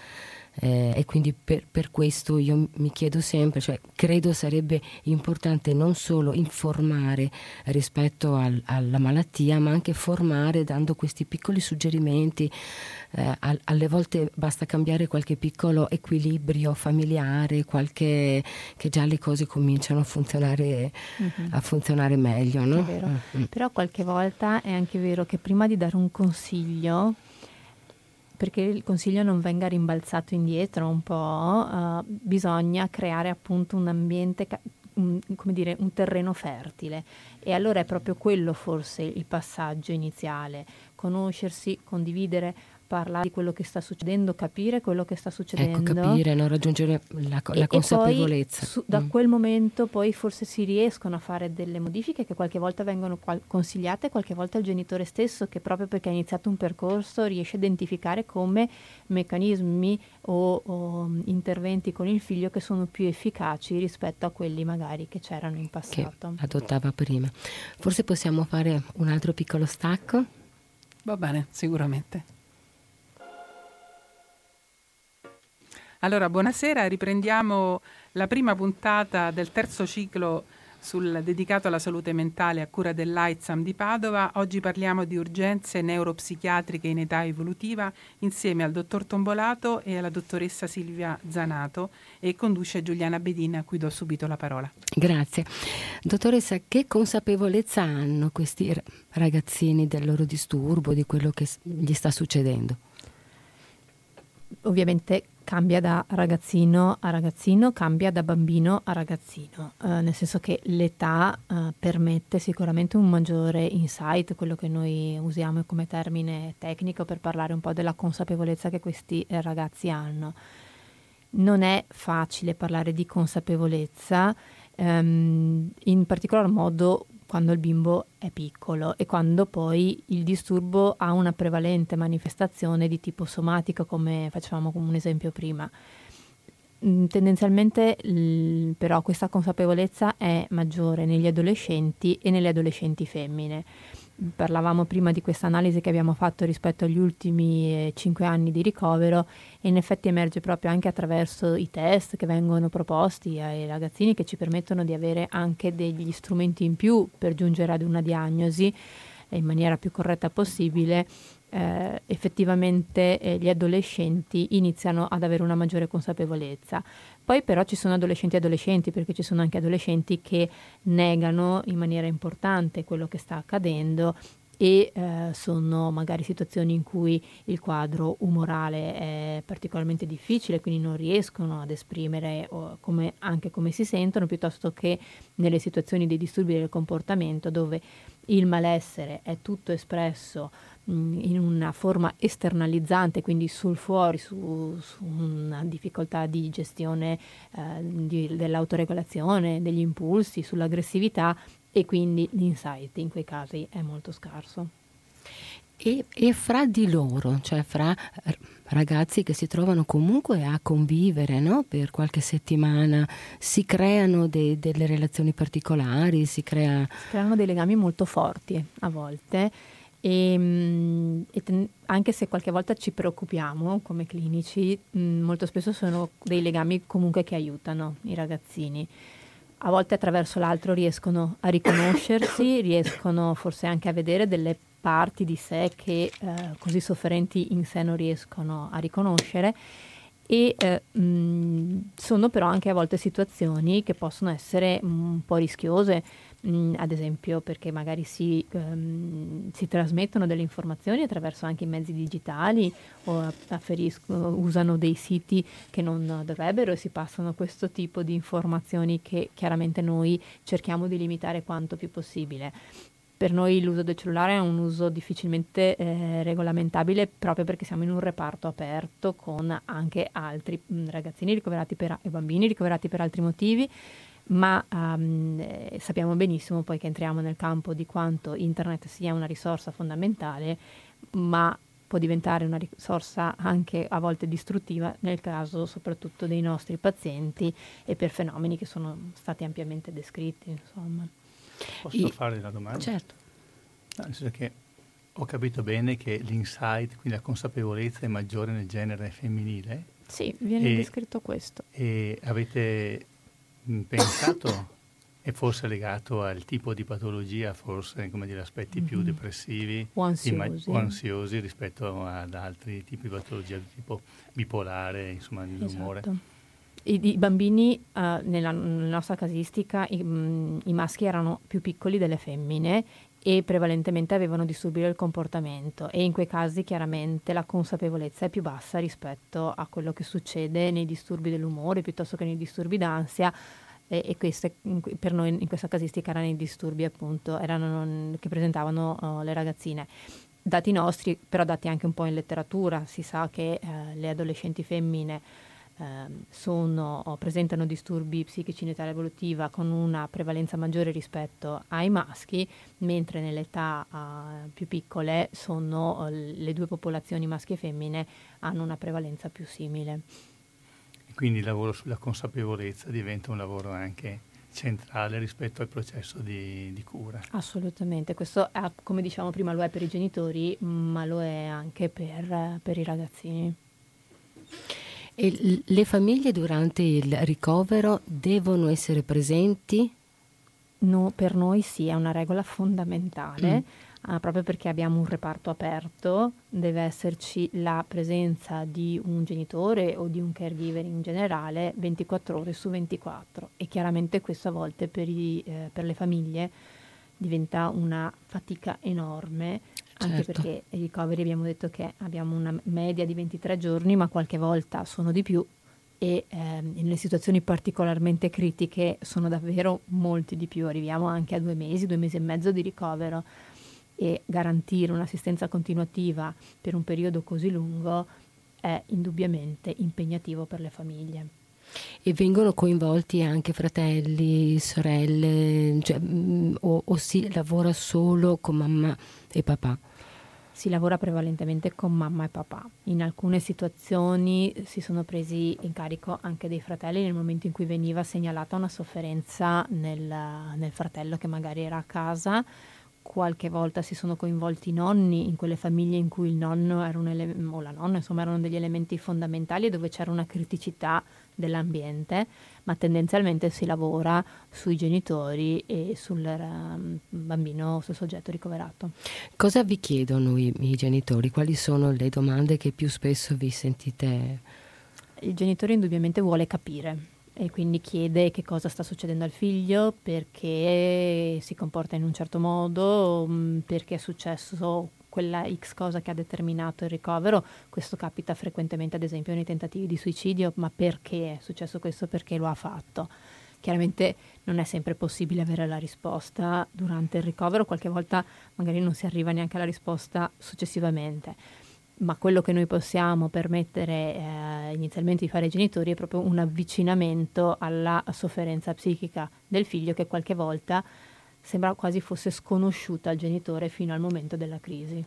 E quindi per questo io mi chiedo sempre, cioè credo sarebbe importante non solo informare rispetto alla malattia, ma anche formare dando questi piccoli suggerimenti. Alle volte basta cambiare qualche piccolo equilibrio familiare, che già le cose cominciano a funzionare meglio, no? È vero. Però qualche volta è anche vero che prima di dare un consiglio, perché il consiglio non venga rimbalzato indietro un po', bisogna creare appunto un ambiente, come dire, un terreno fertile. E allora è proprio quello forse il passaggio iniziale: conoscersi, condividere, parlare di quello che sta succedendo, capire quello che sta succedendo. Ecco, capire, no? Raggiungere la consapevolezza. E poi da quel momento poi forse si riescono a fare delle modifiche che qualche volta vengono consigliate, qualche volta il genitore stesso, che proprio perché ha iniziato un percorso riesce a identificare come meccanismi o interventi con il figlio che sono più efficaci rispetto a quelli magari che c'erano in passato. Che adottava prima. Forse possiamo fare un altro piccolo stacco? Va bene, sicuramente. Allora, buonasera, riprendiamo la prima puntata del terzo ciclo dedicato alla salute mentale a cura dell'AIDSAM di Padova. Oggi parliamo di urgenze neuropsichiatriche in età evolutiva insieme al dottor Tombolato e alla dottoressa Silvia Zanato, e conduce Giuliana Bedin, a cui do subito la parola. Grazie. Dottoressa, che consapevolezza hanno questi ragazzini del loro disturbo, di quello che gli sta succedendo? Ovviamente cambia da ragazzino a ragazzino, cambia da bambino a ragazzino, nel senso che l'età permette sicuramente un maggiore insight, quello che noi usiamo come termine tecnico per parlare un po' della consapevolezza che questi ragazzi hanno. Non è facile parlare di consapevolezza, in particolar modo quando il bimbo è piccolo e quando poi il disturbo ha una prevalente manifestazione di tipo somatico, come facevamo come un esempio prima. Tendenzialmente però questa consapevolezza è maggiore negli adolescenti e nelle adolescenti femmine. Parlavamo prima di questa analisi che abbiamo fatto rispetto agli ultimi 5 anni di ricovero, e in effetti emerge proprio anche attraverso i test che vengono proposti ai ragazzini, che ci permettono di avere anche degli strumenti in più per giungere ad una diagnosi in maniera più corretta possibile. Effettivamente gli adolescenti iniziano ad avere una maggiore consapevolezza. Poi però ci sono adolescenti, perché ci sono anche adolescenti che negano in maniera importante quello che sta accadendo, e sono magari situazioni in cui il quadro umorale è particolarmente difficile, quindi non riescono ad esprimere anche come si sentono, piuttosto che nelle situazioni dei disturbi del comportamento, dove il malessere è tutto espresso in una forma esternalizzante, quindi sul fuori, su una difficoltà di gestione dell'autoregolazione, degli impulsi, sull'aggressività, e quindi l'insight in quei casi è molto scarso. E fra di loro, cioè fra ragazzi che si trovano comunque a convivere, no? Per qualche settimana, si creano delle relazioni particolari, si creano dei legami molto forti a volte, anche se qualche volta ci preoccupiamo come clinici, molto spesso sono dei legami comunque che aiutano i ragazzini. A volte attraverso l'altro riescono a riconoscersi, riescono forse anche a vedere delle parti di sé che così sofferenti in sé non riescono a riconoscere, e sono però anche a volte situazioni che possono essere un po' rischiose. ad esempio perché magari si trasmettono delle informazioni attraverso anche i mezzi digitali o usano dei siti che non dovrebbero e si passano questo tipo di informazioni che chiaramente noi cerchiamo di limitare quanto più possibile. Per noi l'uso del cellulare è un uso difficilmente regolamentabile proprio perché siamo in un reparto aperto con anche altri ragazzini ricoverati e bambini ricoverati per altri motivi, ma sappiamo benissimo poi che entriamo nel campo di quanto internet sia una risorsa fondamentale, ma può diventare una risorsa anche a volte distruttiva nel caso soprattutto dei nostri pazienti e per fenomeni che sono stati ampiamente descritti, insomma. Posso fare una domanda? Certo. No, nel senso che ho capito bene che l'insight, quindi la consapevolezza è maggiore nel genere femminile. Sì, viene descritto questo. E avete pensato, è forse legato al tipo di patologia, forse come dire, aspetti più depressivi o ansiosi rispetto ad altri tipi di patologia di tipo bipolare, insomma, l'umore. Esatto. I bambini, nella nostra casistica, i maschi erano più piccoli delle femmine e prevalentemente avevano disturbi del comportamento e in quei casi chiaramente la consapevolezza è più bassa rispetto a quello che succede nei disturbi dell'umore piuttosto che nei disturbi d'ansia e queste, per noi in questa casistica erano i disturbi appunto che presentavano le ragazzine. Dati nostri, però dati anche un po' in letteratura, si sa che le adolescenti femmine presentano disturbi psichici in età evolutiva con una prevalenza maggiore rispetto ai maschi, mentre nelle età più piccole le due popolazioni maschi e femmine hanno una prevalenza più simile. Quindi il lavoro sulla consapevolezza diventa un lavoro anche centrale rispetto al processo di cura. Assolutamente, questo come diciamo prima lo è per i genitori, ma lo è anche per i ragazzini. E le famiglie durante il ricovero devono essere presenti? No, per noi sì, è una regola fondamentale, proprio perché abbiamo un reparto aperto, deve esserci la presenza di un genitore o di un caregiver in generale 24 ore su 24 e chiaramente questo a volte per le famiglie diventa una fatica enorme. Anche perché i ricoveri abbiamo detto che abbiamo una media di 23 giorni, ma qualche volta sono di più e nelle situazioni particolarmente critiche sono davvero molti di più. Arriviamo anche a 2 mesi e mezzo di ricovero e garantire un'assistenza continuativa per un periodo così lungo è indubbiamente impegnativo per le famiglie. E vengono coinvolti anche fratelli, sorelle, o si lavora solo con mamma e papà? Si lavora prevalentemente con mamma e papà. In alcune situazioni si sono presi in carico anche dei fratelli nel momento in cui veniva segnalata una sofferenza nel fratello che magari era a casa. Qualche volta si sono coinvolti i nonni in quelle famiglie in cui il nonno o la nonna insomma erano degli elementi fondamentali e dove c'era una criticità dell'ambiente, ma tendenzialmente si lavora sui genitori e sul bambino, sul soggetto ricoverato. Cosa vi chiedono i genitori? Quali sono le domande che più spesso vi sentite? Il genitore indubbiamente vuole capire e quindi chiede che cosa sta succedendo al figlio, perché si comporta in un certo modo, perché è successo quella X cosa che ha determinato il ricovero. Questo capita frequentemente ad esempio nei tentativi di suicidio, ma perché è successo questo, perché lo ha fatto. Chiaramente non è sempre possibile avere la risposta durante il ricovero, qualche volta magari non si arriva neanche alla risposta successivamente. Ma quello che noi possiamo permettere inizialmente di fare ai genitori è proprio un avvicinamento alla sofferenza psichica del figlio che qualche volta sembra quasi fosse sconosciuta al genitore fino al momento della crisi.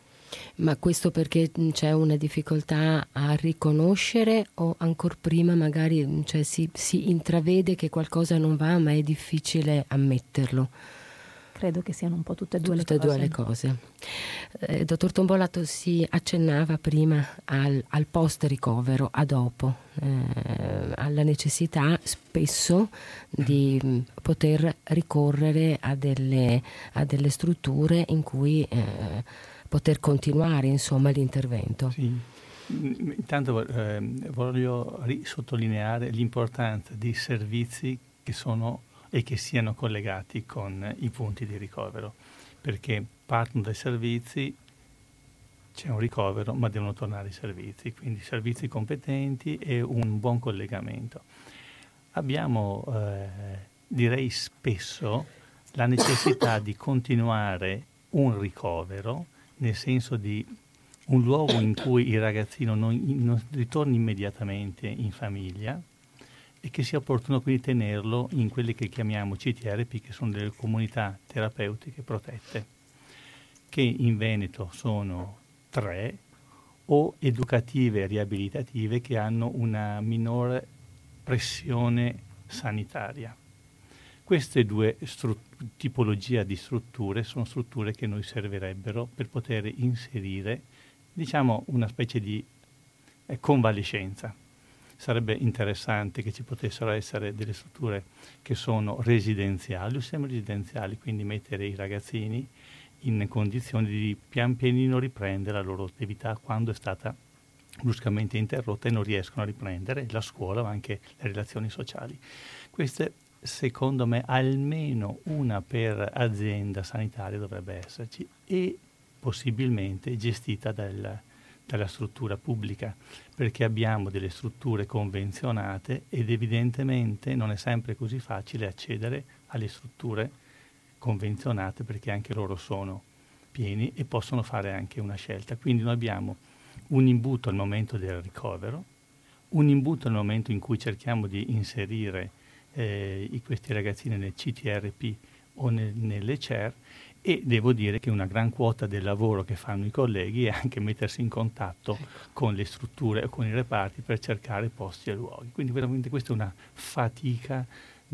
Ma questo perché c'è una difficoltà a riconoscere o ancor prima magari si intravede che qualcosa non va ma è difficile ammetterlo? Credo che siano un po' tutte e due le cose. Dottor Tombolato, si accennava prima al post ricovero, a dopo, alla necessità spesso di poter ricorrere a delle strutture in cui poter continuare insomma l'intervento. Sì. Intanto voglio sottolineare l'importanza di servizi che sono e che siano collegati con i punti di ricovero, perché partono dai servizi, c'è un ricovero, ma devono tornare ai servizi, quindi servizi competenti e un buon collegamento. Abbiamo, direi spesso, la necessità di continuare un ricovero, nel senso di un luogo in cui il ragazzino non ritorni immediatamente in famiglia e che sia opportuno quindi tenerlo in quelle che chiamiamo CTRP, che sono delle comunità terapeutiche protette, che in Veneto sono 3, o educative e riabilitative che hanno una minore pressione sanitaria. Queste due tipologie di strutture sono strutture che noi servirebbero per poter inserire, diciamo, una specie di convalescenza. Sarebbe interessante che ci potessero essere delle strutture che sono residenziali o semi-residenziali, quindi mettere i ragazzini in condizioni di pian pianino riprendere la loro attività quando è stata bruscamente interrotta e non riescono a riprendere la scuola ma anche le relazioni sociali. Queste, secondo me, almeno una per azienda sanitaria dovrebbe esserci, e possibilmente gestita dalla struttura pubblica, perché abbiamo delle strutture convenzionate ed evidentemente non è sempre così facile accedere alle strutture convenzionate, perché anche loro sono pieni e possono fare anche una scelta. Quindi noi abbiamo un imbuto al momento del ricovero, un imbuto al momento in cui cerchiamo di inserire questi ragazzini nel CTRP o nelle CER, e devo dire che una gran quota del lavoro che fanno i colleghi è anche mettersi in contatto con le strutture o con i reparti per cercare posti e luoghi. Quindi veramente questa è una fatica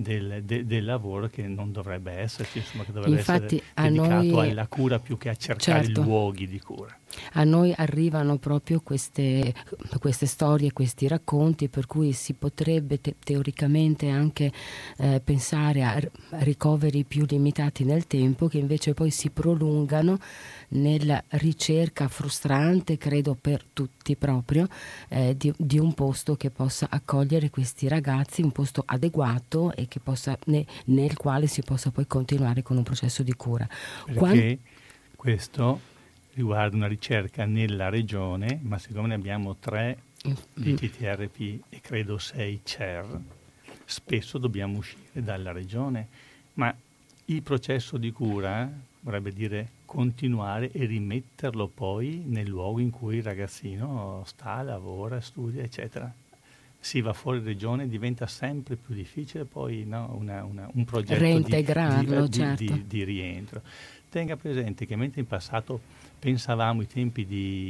del lavoro che non dovrebbe esserci, insomma, che dovrebbe essere dedicato alla cura più che a cercare luoghi di cura. A noi arrivano proprio queste storie, questi racconti, per cui si potrebbe teoricamente anche pensare a ricoveri più limitati nel tempo, che invece poi si prolungano nella ricerca frustrante, credo per tutti proprio, di un posto che possa accogliere questi ragazzi, un posto adeguato e che possa, nel quale si possa poi continuare con un processo di cura. Perché questo riguarda una ricerca nella regione, ma siccome ne abbiamo 3 di TTRP e credo 6 CER, spesso dobbiamo uscire dalla regione, ma il processo di cura vorrebbe dire continuare e rimetterlo poi nel luogo in cui il ragazzino sta, lavora, studia, eccetera. Si va fuori regione, diventa sempre più difficile poi, no, un progetto reintegrarlo, di rientro. Tenga presente che mentre in passato pensavamo ai tempi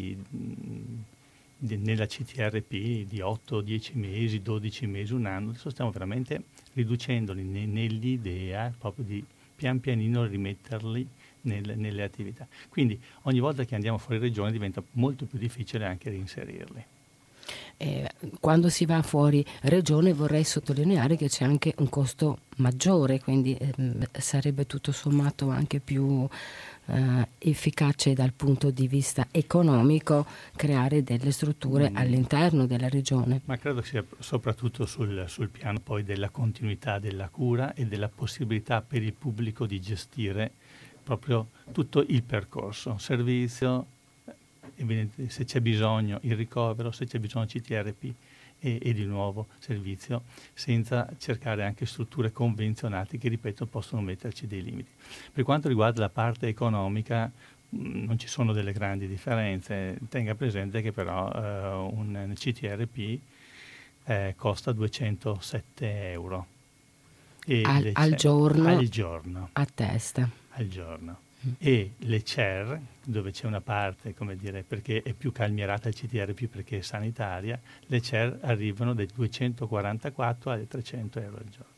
nella CTRP di 8, 10 mesi, 12 mesi, un anno, adesso stiamo veramente riducendoli nell'idea proprio di pian pianino rimetterli nelle attività. Quindi ogni volta che andiamo fuori regione diventa molto più difficile anche reinserirli. Quando si va fuori regione vorrei sottolineare che c'è anche un costo maggiore, quindi sarebbe tutto sommato anche più efficace dal punto di vista economico creare delle strutture all'interno della regione. Ma credo che sia soprattutto sul piano poi della continuità della cura e della possibilità per il pubblico di gestire proprio tutto il percorso, servizio, se c'è bisogno il ricovero, se c'è bisogno CTRP e di nuovo servizio, senza cercare anche strutture convenzionate che, ripeto, possono metterci dei limiti. Per quanto riguarda la parte economica non ci sono delle grandi differenze. Tenga presente che però un CTRP costa 207 euro al giorno a testa. Al giorno. E le CER, dove c'è una parte, come dire, perché è più calmierata il CTRP perché è sanitaria, le CER arrivano dai 244 ai 300 euro al giorno.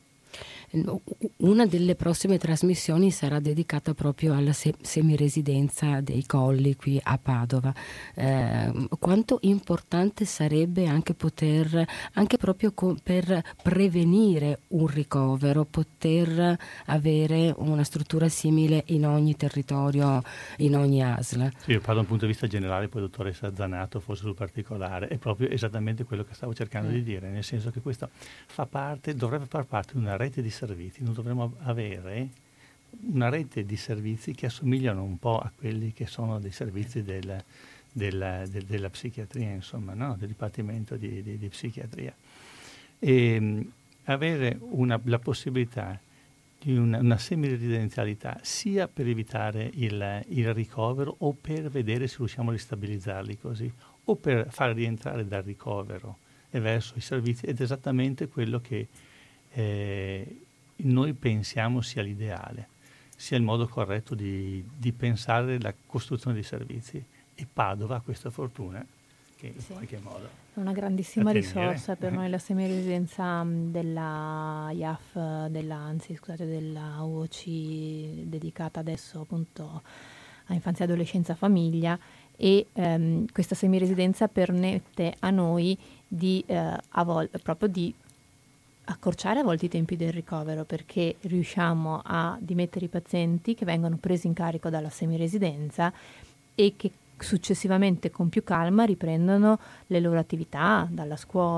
Una delle prossime trasmissioni sarà dedicata proprio alla semiresidenza dei Colli qui a Padova. Quanto importante sarebbe anche poter, anche proprio per prevenire un ricovero, poter avere una struttura simile in ogni territorio, in ogni ASL? Sì, io parlo da un punto di vista generale, poi dottoressa Zanato forse sul particolare, è proprio esattamente quello che stavo cercando di dire, nel senso che questo dovrebbe far parte di una rete di servizi, noi dovremmo avere una rete di servizi che assomigliano un po' a quelli che sono dei servizi della psichiatria, insomma, no? Del dipartimento di psichiatria. E avere la possibilità di una semi-residenzialità sia per evitare il ricovero o per vedere se riusciamo a ristabilizzarli così, o per far rientrare dal ricovero e verso i servizi, ed è esattamente quello che noi pensiamo sia l'ideale, sia il modo corretto di pensare la costruzione dei servizi. E Padova ha questa fortuna che in qualche modo è una grandissima risorsa per noi, la semiresidenza della IAF, della UOC, dedicata adesso appunto a infanzia, adolescenza, famiglia, e questa semiresidenza permette a noi di proprio di accorciare a volte i tempi del ricovero, perché riusciamo a dimettere i pazienti che vengono presi in carico dalla semiresidenza e che successivamente con più calma riprendono le loro attività, dalla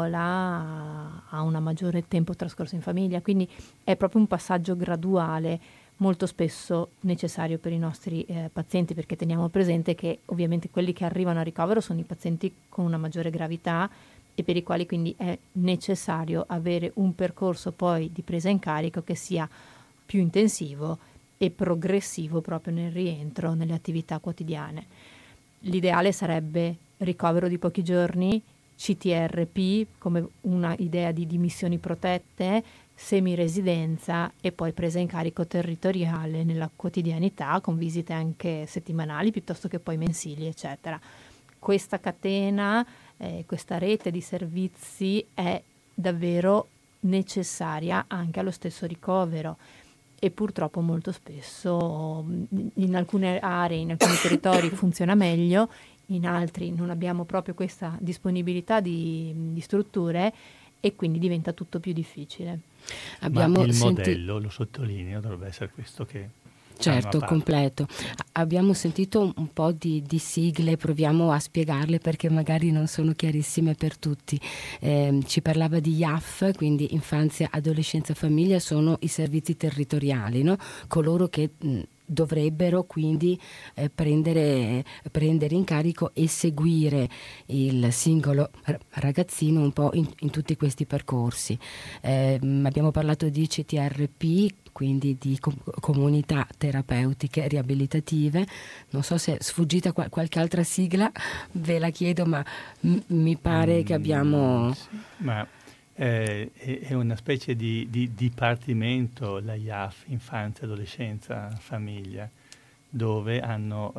scuola a un maggiore tempo trascorso in famiglia. Quindi è proprio un passaggio graduale, molto spesso necessario per i nostri pazienti, perché teniamo presente che ovviamente quelli che arrivano a ricovero sono i pazienti con una maggiore gravità e per i quali quindi è necessario avere un percorso poi di presa in carico che sia più intensivo e progressivo proprio nel rientro nelle attività quotidiane. L'ideale sarebbe ricovero di pochi giorni, CTRP come una idea di dimissioni protette, semiresidenza e poi presa in carico territoriale nella quotidianità con visite anche settimanali piuttosto che poi mensili, eccetera. Questa catena, questa rete di servizi è davvero necessaria anche allo stesso ricovero. E purtroppo molto spesso in alcune aree, in alcuni territori funziona meglio, in altri non abbiamo proprio questa disponibilità di strutture e quindi diventa tutto più difficile. Ma il modello, lo sottolineo, dovrebbe essere questo che... Certo, completo. Abbiamo sentito un po' di sigle, proviamo a spiegarle perché magari non sono chiarissime per tutti. Ci parlava di IAF, quindi infanzia, adolescenza, famiglia, sono i servizi territoriali, no? Coloro che dovrebbero quindi prendere in carico e seguire il singolo ragazzino un po' in tutti questi percorsi. Abbiamo parlato di CTRP, quindi di comunità terapeutiche riabilitative. Non so se è sfuggita qualche altra sigla, ve la chiedo, ma mi pare che abbiamo... Sì, ma è una specie di dipartimento, la IAF, infanzia, adolescenza, famiglia, dove hanno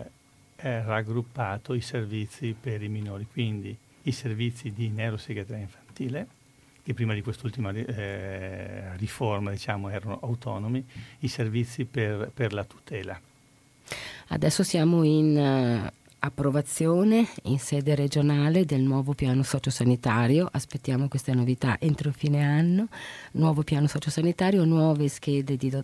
raggruppato i servizi per i minori, quindi i servizi di neuropsichiatria infantile, che prima di quest'ultima riforma, diciamo, erano autonomi, i servizi per la tutela. Adesso siamo in approvazione in sede regionale del nuovo piano sociosanitario, aspettiamo queste novità entro fine anno, nuovo piano sociosanitario, nuove schede di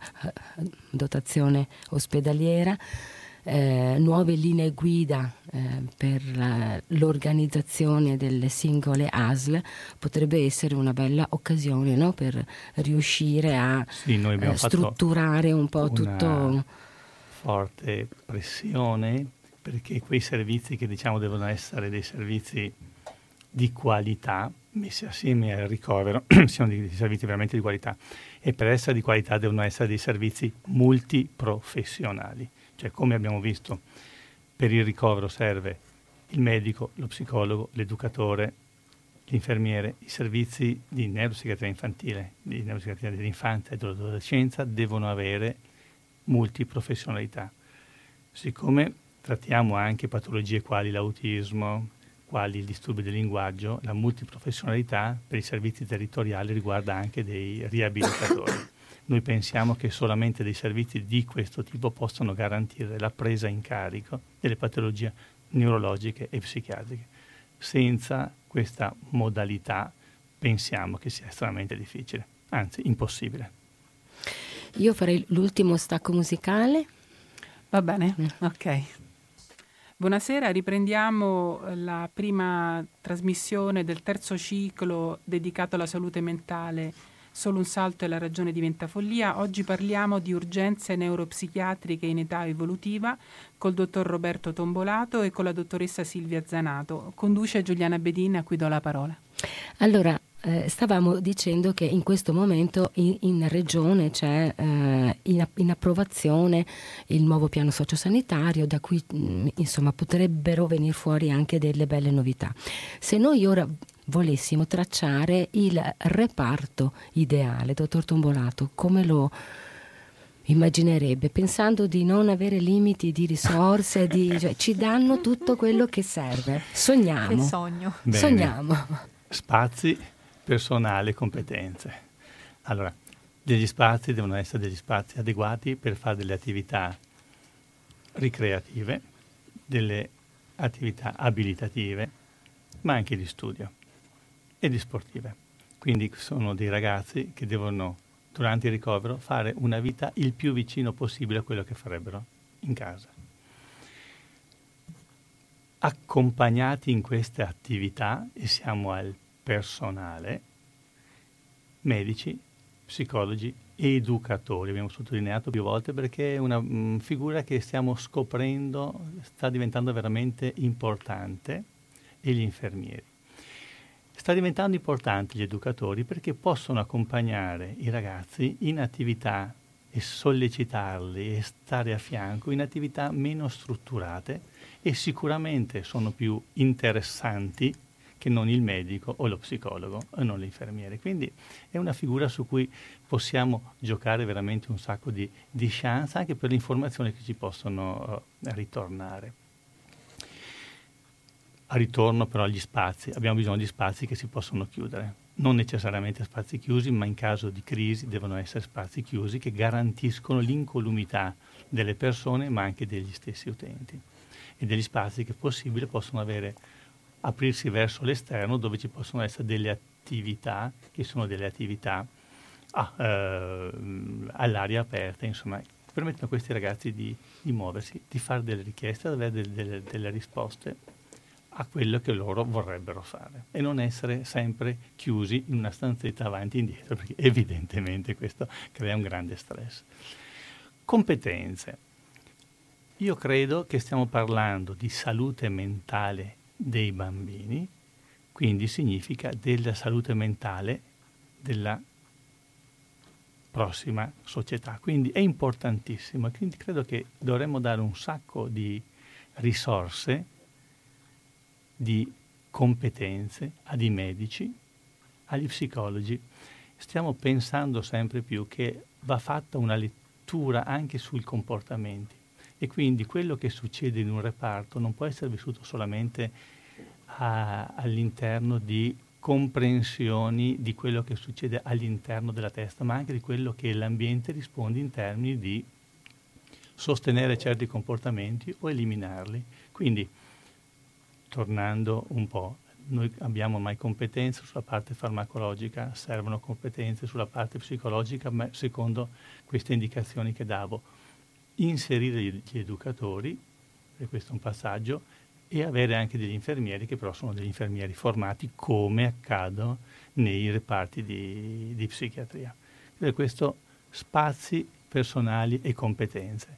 dotazione ospedaliera, nuove linee guida per l'organizzazione delle singole ASL. Potrebbe essere una bella occasione, no? Per riuscire a strutturare un po' tutto. Forte pressione perché quei servizi che diciamo devono essere dei servizi di qualità messi assieme al ricovero siano dei servizi veramente di qualità, e per essere di qualità devono essere dei servizi multiprofessionali. Cioè, come abbiamo visto, per il ricovero serve il medico, lo psicologo, l'educatore, l'infermiere. I servizi di neuropsichiatria infantile, di neuropsichiatria dell'infanzia e dell'adolescenza devono avere multiprofessionalità. Siccome trattiamo anche patologie quali l'autismo, quali il disturbo del linguaggio, la multiprofessionalità per i servizi territoriali riguarda anche dei riabilitatori. Noi pensiamo che solamente dei servizi di questo tipo possano garantire la presa in carico delle patologie neurologiche e psichiatriche. Senza questa modalità pensiamo che sia estremamente difficile, anzi impossibile. Io farei l'ultimo stacco musicale. Va bene, ok. Buonasera, riprendiamo la prima trasmissione del terzo ciclo dedicato alla salute mentale solo un salto e la ragione diventa follia. Oggi parliamo di urgenze neuropsichiatriche in età evolutiva col dottor Roberto Tombolato e con la dottoressa Silvia Zanato. Conduce Giuliana Bedin, a cui do la parola. Allora, stavamo dicendo che in questo momento in regione c'è in approvazione il nuovo piano sociosanitario, da cui insomma potrebbero venire fuori anche delle belle novità. Se noi ora volessimo tracciare il reparto ideale, dottor Tombolato, come lo immaginerebbe, pensando di non avere limiti di risorse, cioè, ci danno tutto quello che serve. Sogniamo. Che sogno. Bene. Sogniamo. Spazi, personale, competenze. Allora, degli spazi devono essere degli spazi adeguati per fare delle attività ricreative, delle attività abilitative, ma anche di studio e di sportive. Quindi sono dei ragazzi che devono, durante il ricovero, fare una vita il più vicino possibile a quello che farebbero in casa. Accompagnati in queste attività, e siamo al personale, medici, psicologi e educatori, abbiamo sottolineato più volte, perché è una figura che stiamo scoprendo, sta diventando veramente importante, e gli infermieri. Sta diventando importante gli educatori perché possono accompagnare i ragazzi in attività e sollecitarli e stare a fianco in attività meno strutturate, e sicuramente sono più interessanti che non il medico o lo psicologo o non l'infermiere. Quindi è una figura su cui possiamo giocare veramente un sacco di chance, anche per le informazioni che ci possono ritornare. A ritorno però agli spazi, abbiamo bisogno di spazi che si possono chiudere, non necessariamente spazi chiusi, ma in caso di crisi devono essere spazi chiusi che garantiscono l'incolumità delle persone, ma anche degli stessi utenti, e degli spazi che possibile possono aprirsi verso l'esterno, dove ci possono essere delle attività che sono delle attività all'aria aperta, insomma, permettono a questi ragazzi di muoversi, di fare delle richieste, di avere delle risposte a quello che loro vorrebbero fare, e non essere sempre chiusi in una stanzetta avanti e indietro, perché evidentemente questo crea un grande stress. Competenze. Io credo che stiamo parlando di salute mentale dei bambini, quindi significa della salute mentale della prossima società. Quindi è importantissimo, quindi credo che dovremmo dare un sacco di risorse, di competenze ai medici, agli psicologi. Stiamo pensando sempre più che va fatta una lettura anche sui comportamenti, e quindi quello che succede in un reparto non può essere vissuto solamente all'interno di comprensioni di quello che succede all'interno della testa, ma anche di quello che l'ambiente risponde in termini di sostenere certi comportamenti o eliminarli. Quindi, tornando un po', noi abbiamo ormai competenze sulla parte farmacologica, servono competenze sulla parte psicologica, ma secondo queste indicazioni che davo, inserire gli educatori, e questo è un passaggio, e avere anche degli infermieri che però sono degli infermieri formati, come accadono nei reparti di psichiatria. Per questo spazi personali e competenze.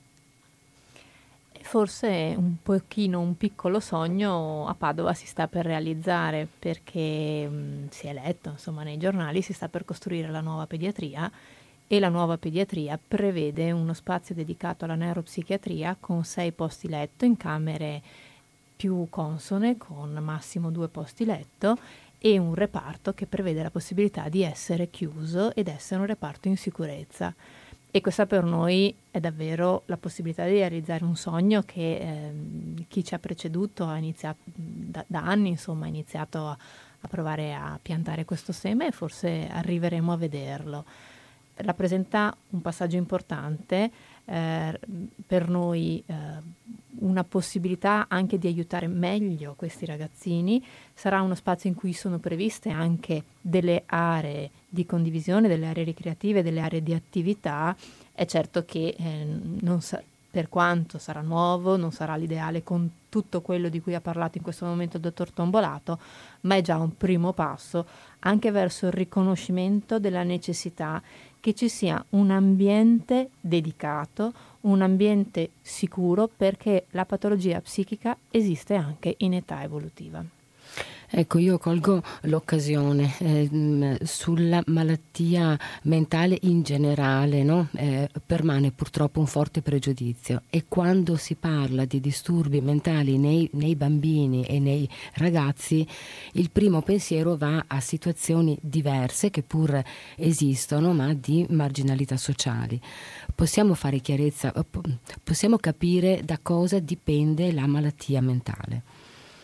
Forse un piccolo sogno a Padova si sta per realizzare, perché si è letto, insomma, nei giornali, si sta per costruire la nuova pediatria, e la nuova pediatria prevede uno spazio dedicato alla neuropsichiatria con 6 posti letto in camere più consone, con massimo 2 posti letto, e un reparto che prevede la possibilità di essere chiuso ed essere un reparto in sicurezza. E questa per noi è davvero la possibilità di realizzare un sogno che chi ci ha preceduto ha iniziato da anni, insomma, ha iniziato a provare a piantare questo seme, e forse arriveremo a vederlo. Rappresenta un passaggio importante per noi, una possibilità anche di aiutare meglio questi ragazzini. Sarà uno spazio in cui sono previste anche delle aree di condivisione, delle aree ricreative, delle aree di attività. È certo che per quanto sarà nuovo, non sarà l'ideale con tutto quello di cui ha parlato in questo momento il dottor Tombolato, ma è già un primo passo anche verso il riconoscimento della necessità che ci sia un ambiente dedicato, un ambiente sicuro, perché la patologia psichica esiste anche in età evolutiva. Ecco, io colgo l'occasione sulla malattia mentale in generale, no? Permane purtroppo un forte pregiudizio, e quando si parla di disturbi mentali nei bambini e nei ragazzi, il primo pensiero va a situazioni diverse che pur esistono, ma di marginalità sociali. Possiamo fare chiarezza, possiamo capire da cosa dipende la malattia mentale?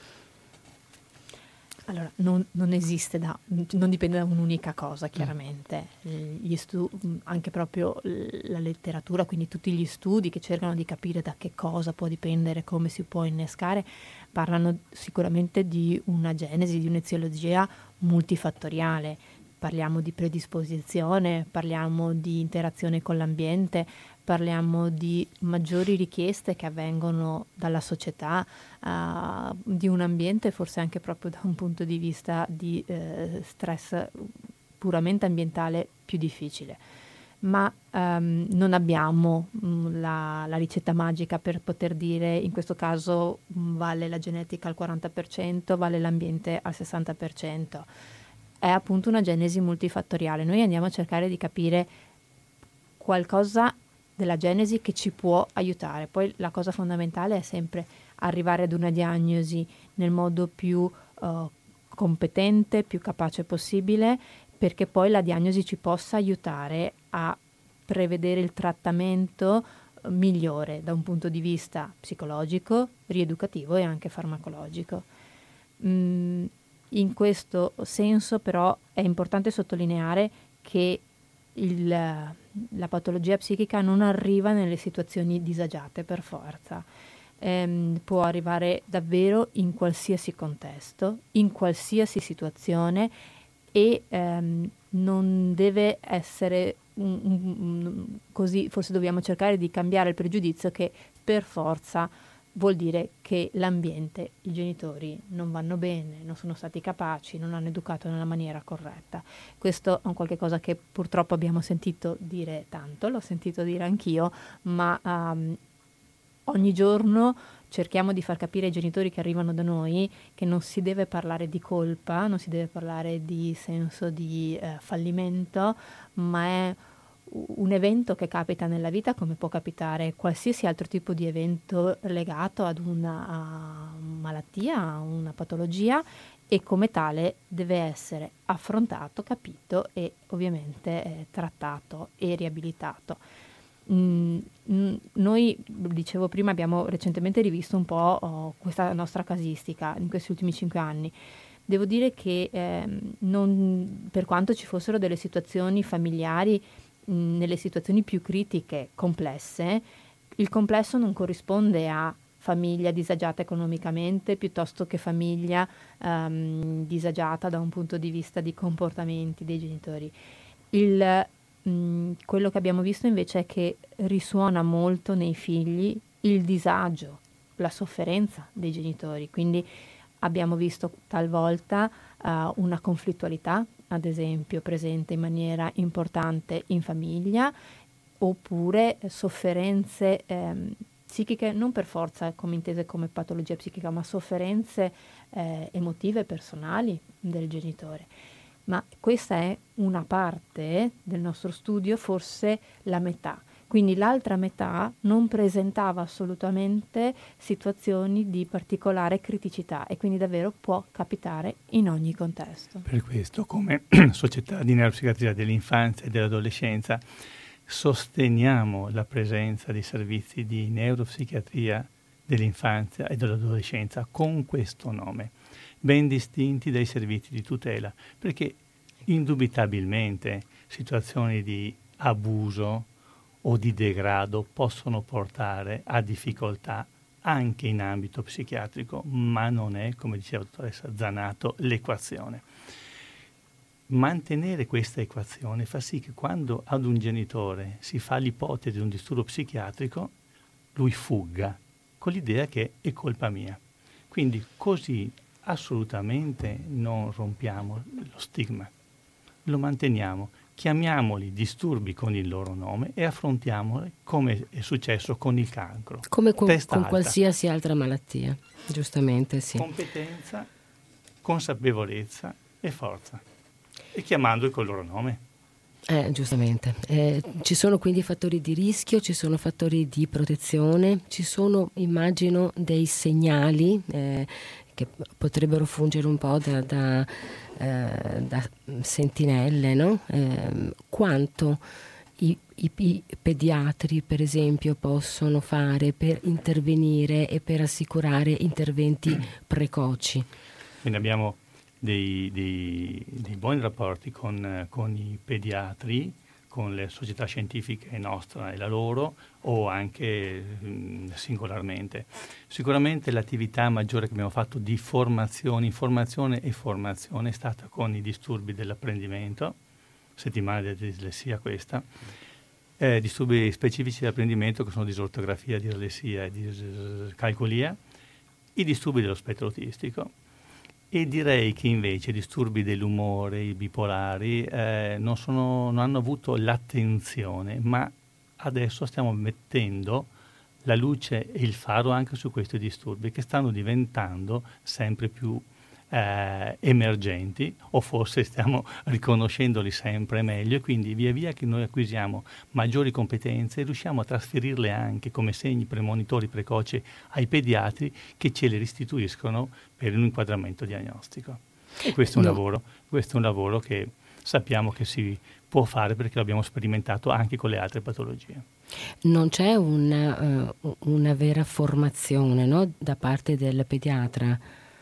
Allora, non esiste non dipende da un'unica cosa, chiaramente. Anche proprio la letteratura, quindi tutti gli studi che cercano di capire da che cosa può dipendere, come si può innescare, parlano sicuramente di una genesi, di un'eziologia multifattoriale. Parliamo di predisposizione, parliamo di interazione con l'ambiente, parliamo di maggiori richieste che avvengono dalla società, di un ambiente forse anche proprio da un punto di vista di stress puramente ambientale più difficile. Ma non abbiamo la ricetta magica per poter dire in questo caso vale la genetica al 40%, vale l'ambiente al 60%. È appunto una genesi multifattoriale. Noi andiamo a cercare di capire qualcosa della genesi che ci può aiutare. Poi la cosa fondamentale è sempre arrivare ad una diagnosi nel modo più competente, più capace possibile, perché poi la diagnosi ci possa aiutare a prevedere il trattamento migliore da un punto di vista psicologico, rieducativo e anche farmacologico. In questo senso però è importante sottolineare che la patologia psichica non arriva nelle situazioni disagiate per forza. Può arrivare davvero in qualsiasi contesto, in qualsiasi situazione, e non deve essere così. Forse dobbiamo cercare di cambiare il pregiudizio che per forza vuol dire che l'ambiente, i genitori non vanno bene, non sono stati capaci, non hanno educato nella maniera corretta. Questo è un qualche cosa che purtroppo abbiamo sentito dire tanto, l'ho sentito dire anch'io, ma ogni giorno cerchiamo di far capire ai genitori che arrivano da noi che non si deve parlare di colpa, non si deve parlare di senso di fallimento, ma è un evento che capita nella vita, come può capitare qualsiasi altro tipo di evento legato ad una malattia, a una patologia, e come tale deve essere affrontato, capito e ovviamente trattato e riabilitato. Noi, dicevo prima, abbiamo recentemente rivisto un po' questa nostra casistica in questi ultimi 5 anni. Devo dire che per quanto ci fossero delle situazioni familiari, nelle situazioni più critiche, complesse, il complesso non corrisponde a famiglia disagiata economicamente piuttosto che famiglia disagiata da un punto di vista di comportamenti dei genitori. Quello che abbiamo visto invece è che risuona molto nei figli il disagio, la sofferenza dei genitori, quindi abbiamo visto talvolta una conflittualità, ad esempio, presente in maniera importante in famiglia, oppure sofferenze psichiche, non per forza come intese come patologia psichica, ma sofferenze emotive, personali del genitore. Ma questa è una parte del nostro studio, forse la metà. Quindi l'altra metà non presentava assolutamente situazioni di particolare criticità, e quindi davvero può capitare in ogni contesto. Per questo, come Società di Neuropsichiatria dell'Infanzia e dell'Adolescenza, sosteniamo la presenza di servizi di neuropsichiatria dell'infanzia e dell'adolescenza con questo nome, ben distinti dai servizi di tutela, perché indubitabilmente situazioni di abuso o di degrado possono portare a difficoltà anche in ambito psichiatrico, ma non è, come diceva la dottoressa Zanato, l'equazione. Mantenere questa equazione fa sì che quando ad un genitore si fa l'ipotesi di un disturbo psichiatrico, lui fugga con l'idea che è colpa mia. Quindi così assolutamente non rompiamo lo stigma, lo manteniamo, chiamiamoli disturbi con il loro nome e affrontiamoli come è successo con il cancro. Come con qualsiasi altra malattia, giustamente, sì. Competenza, consapevolezza e forza, e chiamandoli col loro nome. Giustamente. Ci sono quindi fattori di rischio, ci sono fattori di protezione, ci sono, immagino, dei segnali che potrebbero fungere un po' da sentinelle, no? Quanto i pediatri, per esempio, possono fare per intervenire e per assicurare interventi precoci? Quindi abbiamo dei buoni rapporti con i pediatri, con le società scientifiche nostra e la loro, o anche singolarmente. Sicuramente l'attività maggiore che abbiamo fatto di informazione e formazione è stata con i disturbi dell'apprendimento, settimana della dislessia questa, disturbi specifici dell'apprendimento che sono disortografia, dislessia e discalculia, i disturbi dello spettro autistico. E direi che invece i disturbi dell'umore, i bipolari, non hanno avuto l'attenzione, ma adesso stiamo mettendo la luce e il faro anche su questi disturbi che stanno diventando sempre più emergenti, o forse stiamo riconoscendoli sempre meglio, e quindi via via che noi acquisiamo maggiori competenze riusciamo a trasferirle anche come segni premonitori precoci ai pediatri, che ce le restituiscono per un inquadramento diagnostico. E questo è un lavoro che sappiamo che si può fare perché l'abbiamo sperimentato anche con le altre patologie. Non c'è una vera formazione, no, da parte del pediatra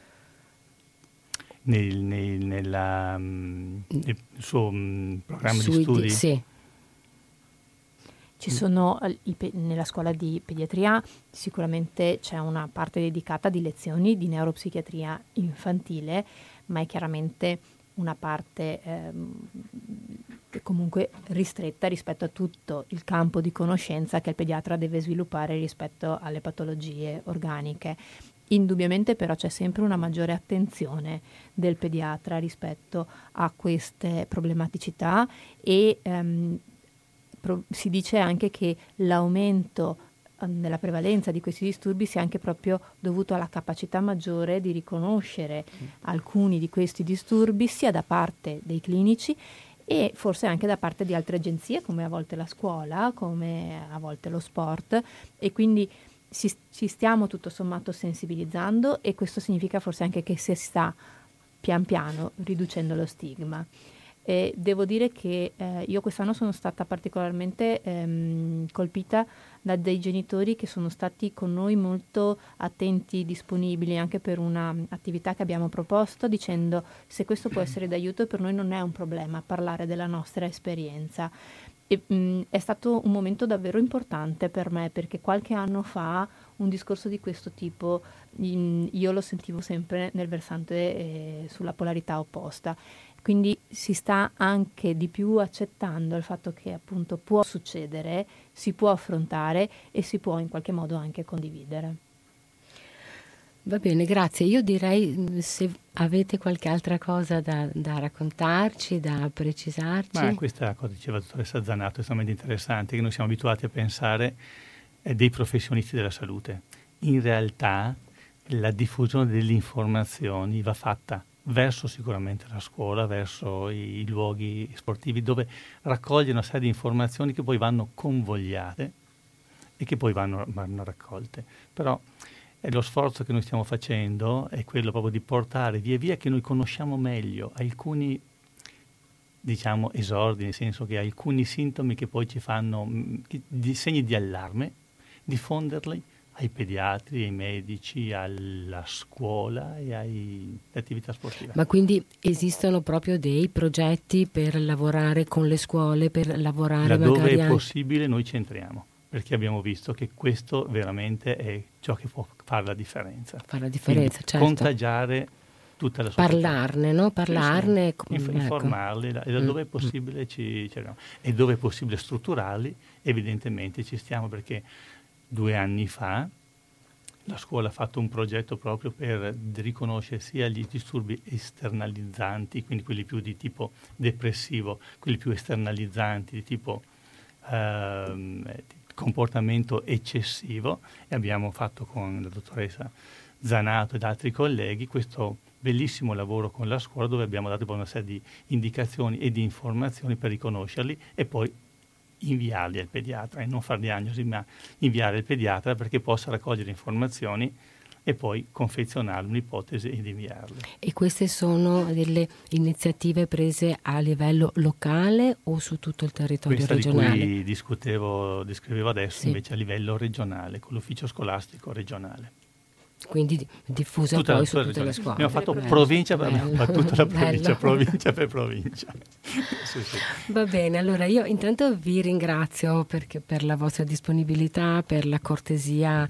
nel suo programma di studi? Sì. Ci sono nella scuola di pediatria sicuramente c'è una parte dedicata di lezioni di neuropsichiatria infantile, ma è chiaramente una parte comunque ristretta rispetto a tutto il campo di conoscenza che il pediatra deve sviluppare rispetto alle patologie organiche. Indubbiamente però c'è sempre una maggiore attenzione del pediatra rispetto a queste problematicità e si dice anche che l'aumento nella prevalenza di questi disturbi sia anche proprio dovuto alla capacità maggiore di riconoscere alcuni di questi disturbi sia da parte dei clinici e forse anche da parte di altre agenzie come a volte la scuola, come a volte lo sport, e quindi ci stiamo tutto sommato sensibilizzando, e questo significa forse anche che si sta pian piano riducendo lo stigma. Devo dire che io quest'anno sono stata particolarmente colpita da dei genitori che sono stati con noi molto attenti, disponibili anche per una attività che abbiamo proposto, dicendo: se questo può essere d'aiuto per noi non è un problema parlare della nostra esperienza. E, è stato un momento davvero importante per me, perché qualche anno fa un discorso di questo tipo io lo sentivo sempre nel versante sulla polarità opposta. Quindi si sta anche di più accettando il fatto che appunto può succedere, si può affrontare e si può in qualche modo anche condividere. Va bene, grazie. Io direi, se avete qualche altra cosa da raccontarci, da precisarci. Ma questa cosa diceva la dottoressa Zanato è estremamente interessante, che noi siamo abituati a pensare dei professionisti della salute. In realtà la diffusione delle informazioni va fatta verso sicuramente la scuola, verso i luoghi sportivi, dove raccoglie una serie di informazioni che poi vanno convogliate e che poi vanno raccolte. Però lo sforzo che noi stiamo facendo è quello proprio di portare via via che noi conosciamo meglio alcuni, diciamo, esordi, nel senso che alcuni sintomi che poi ci fanno segni di allarme, diffonderli ai pediatri, ai medici, alla scuola e alle attività sportive. Ma quindi esistono proprio dei progetti per lavorare con le scuole, per lavorare laddove magari è possibile noi ci entriamo, perché abbiamo visto che questo veramente è ciò che può fare la differenza. Fare la differenza, quindi certo. Contagiare tutta la società. Parlarne, no? Parlarne. Sì. Informarli, e laddove è possibile ci arriviamo. E dove è possibile strutturarli, evidentemente ci stiamo, perché 2 anni fa la scuola ha fatto un progetto proprio per riconoscere sia gli disturbi esternalizzanti, quindi quelli più di tipo depressivo, quelli più esternalizzanti di tipo comportamento eccessivo, e abbiamo fatto con la dottoressa Zanato ed altri colleghi questo bellissimo lavoro con la scuola, dove abbiamo dato una serie di indicazioni e di informazioni per riconoscerli e poi inviarli al pediatra, e non fare diagnosi ma inviare al pediatra perché possa raccogliere informazioni e poi confezionare un'ipotesi ed inviarle. E queste sono delle iniziative prese a livello locale o su tutto il territorio Questa regionale? di cui descrivevo adesso, sì, invece a livello regionale, con l'ufficio scolastico regionale. Quindi diffusa poi su tutte le scuole. Abbiamo fatto provincia, abbiamo battuto la provincia, provincia per provincia. Sì, sì. Va bene, allora io intanto vi ringrazio per la vostra disponibilità, per la cortesia.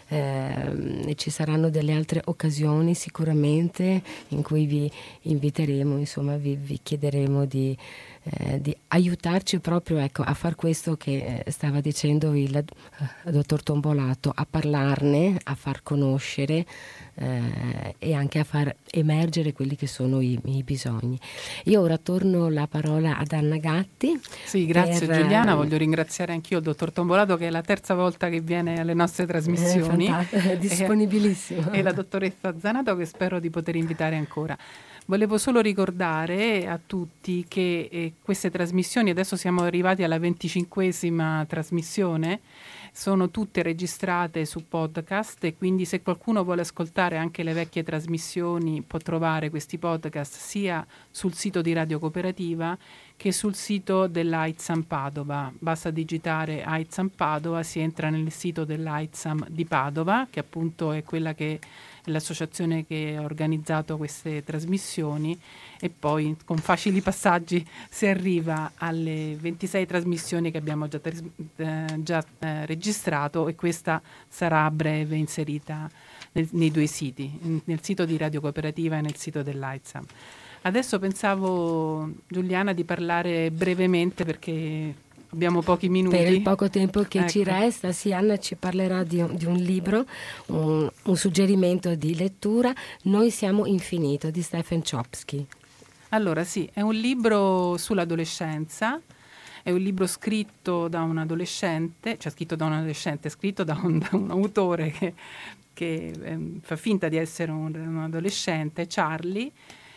Ci saranno delle altre occasioni sicuramente in cui vi inviteremo, insomma vi chiederemo di aiutarci proprio, ecco, a far questo che stava dicendo il dottor Tombolato, a parlarne, a far conoscere e anche a far emergere quelli che sono i bisogni. Io ora torno la parola ad Anna Gatti. Sì, grazie Giuliana, voglio ringraziare anch'io il dottor Tombolato, che è la terza volta che viene alle nostre trasmissioni, disponibilissimo, e la dottoressa Zanato, che spero di poter invitare ancora. Volevo solo ricordare a tutti che queste trasmissioni, adesso siamo arrivati alla 25esima trasmissione, sono tutte registrate su podcast, e quindi se qualcuno vuole ascoltare anche le vecchie trasmissioni può trovare questi podcast sia sul sito di Radio Cooperativa che sul sito dell'AIDSAM Padova. Basta digitare AIDSAM Padova, si entra nel sito dell'AIDSAM di Padova, che appunto è quella che è l'associazione che ha organizzato queste trasmissioni, e poi con facili passaggi si arriva alle 26 trasmissioni che abbiamo già registrato, e questa sarà a breve inserita nei due siti, nel sito di Radio Cooperativa e nel sito dell'AIDSAM. Adesso pensavo, Giuliana, di parlare brevemente, perché abbiamo pochi minuti. Per il poco tempo che ci Ecco. resta, sì, Anna ci parlerà di un libro, un suggerimento di lettura, Noi siamo infinito, di Stephen Chbosky. Allora sì, è un libro sull'adolescenza, è un libro scritto da un adolescente, scritto da un autore che fa finta di essere un adolescente, Charlie,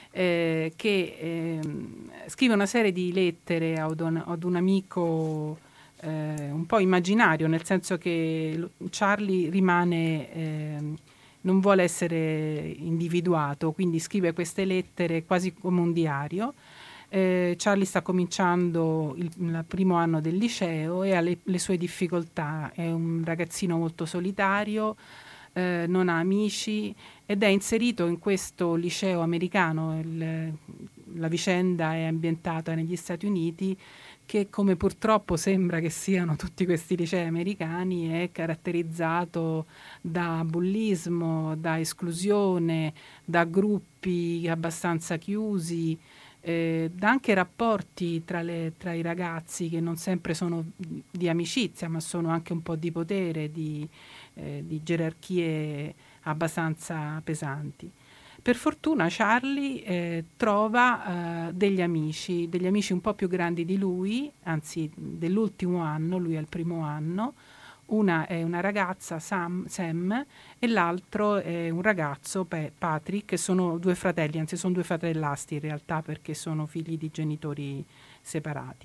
che scrive una serie di lettere ad un amico un po' immaginario, nel senso che Charlie rimane, non vuole essere individuato, quindi scrive queste lettere quasi come un diario. Charlie sta cominciando il primo anno del liceo e ha le sue difficoltà, è un ragazzino molto solitario, non ha amici, ed è inserito in questo liceo americano. La vicenda è ambientata negli Stati Uniti, che, come purtroppo sembra che siano tutti questi licei americani, è caratterizzato da bullismo, da esclusione, da gruppi abbastanza chiusi, da anche rapporti tra i ragazzi che non sempre sono di amicizia, ma sono anche un po' di potere, di gerarchie abbastanza pesanti. Per fortuna Charlie trova degli amici un po' più grandi di lui, anzi dell'ultimo anno, lui è al primo anno. Una è una ragazza, Sam, e l'altro è un ragazzo, Patrick, che sono due fratelli, anzi sono due fratellasti in realtà, perché sono figli di genitori separati.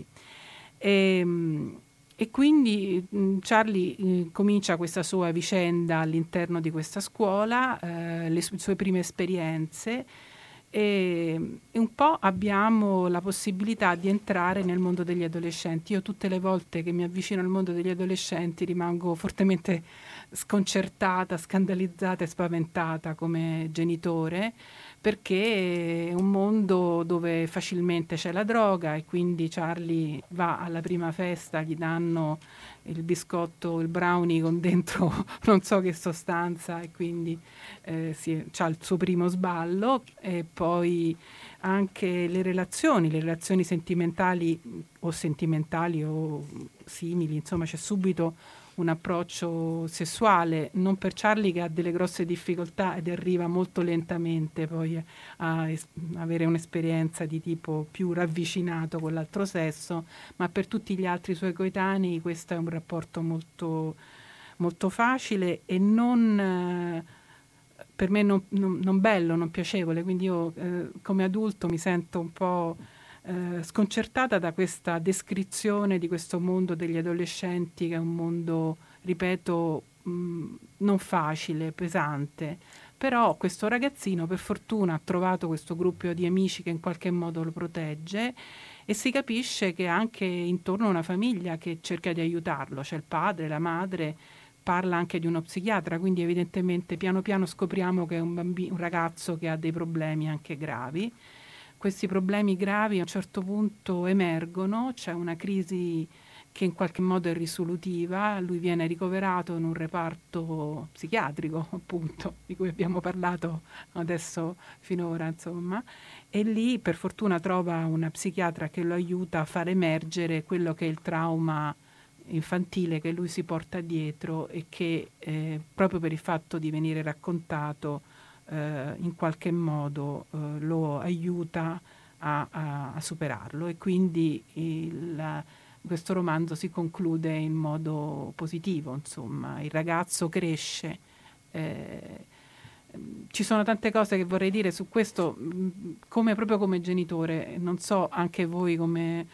E quindi Charlie comincia questa sua vicenda all'interno di questa scuola, le sue prime esperienze, e un po' abbiamo la possibilità di entrare nel mondo degli adolescenti. Io tutte le volte che mi avvicino al mondo degli adolescenti rimango fortemente sconcertata, scandalizzata e spaventata come genitore, perché è un mondo dove facilmente c'è la droga, e quindi Charlie va alla prima festa, gli danno il biscotto, il brownie con dentro non so che sostanza, e quindi c'ha il suo primo sballo. E poi anche le relazioni sentimentali o simili, insomma c'è subito un approccio sessuale, non per Charlie che ha delle grosse difficoltà ed arriva molto lentamente poi a avere un'esperienza di tipo più ravvicinato con l'altro sesso, ma per tutti gli altri suoi coetanei questo è un rapporto molto, molto facile e per me non bello, non piacevole, quindi io come adulto mi sento un po' sconcertata da questa descrizione di questo mondo degli adolescenti, che è un mondo, ripeto, non facile, pesante. Però questo ragazzino per fortuna ha trovato questo gruppo di amici che in qualche modo lo protegge e si capisce che anche intorno a una famiglia che cerca di aiutarlo, c'è il padre, la madre, parla anche di uno psichiatra, quindi evidentemente piano piano scopriamo che è un ragazzo che ha dei problemi anche gravi. Questi problemi gravi a un certo punto emergono, c'è una crisi che in qualche modo è risolutiva, lui viene ricoverato in un reparto psichiatrico, appunto, di cui abbiamo parlato adesso finora, insomma, e lì per fortuna trova una psichiatra che lo aiuta a far emergere quello che è il trauma infantile che lui si porta dietro e che proprio per il fatto di venire raccontato in qualche modo lo aiuta a superarlo, e quindi questo romanzo si conclude in modo positivo, insomma, il ragazzo cresce. Ci sono tante cose che vorrei dire su questo, proprio come genitore, non so anche voi come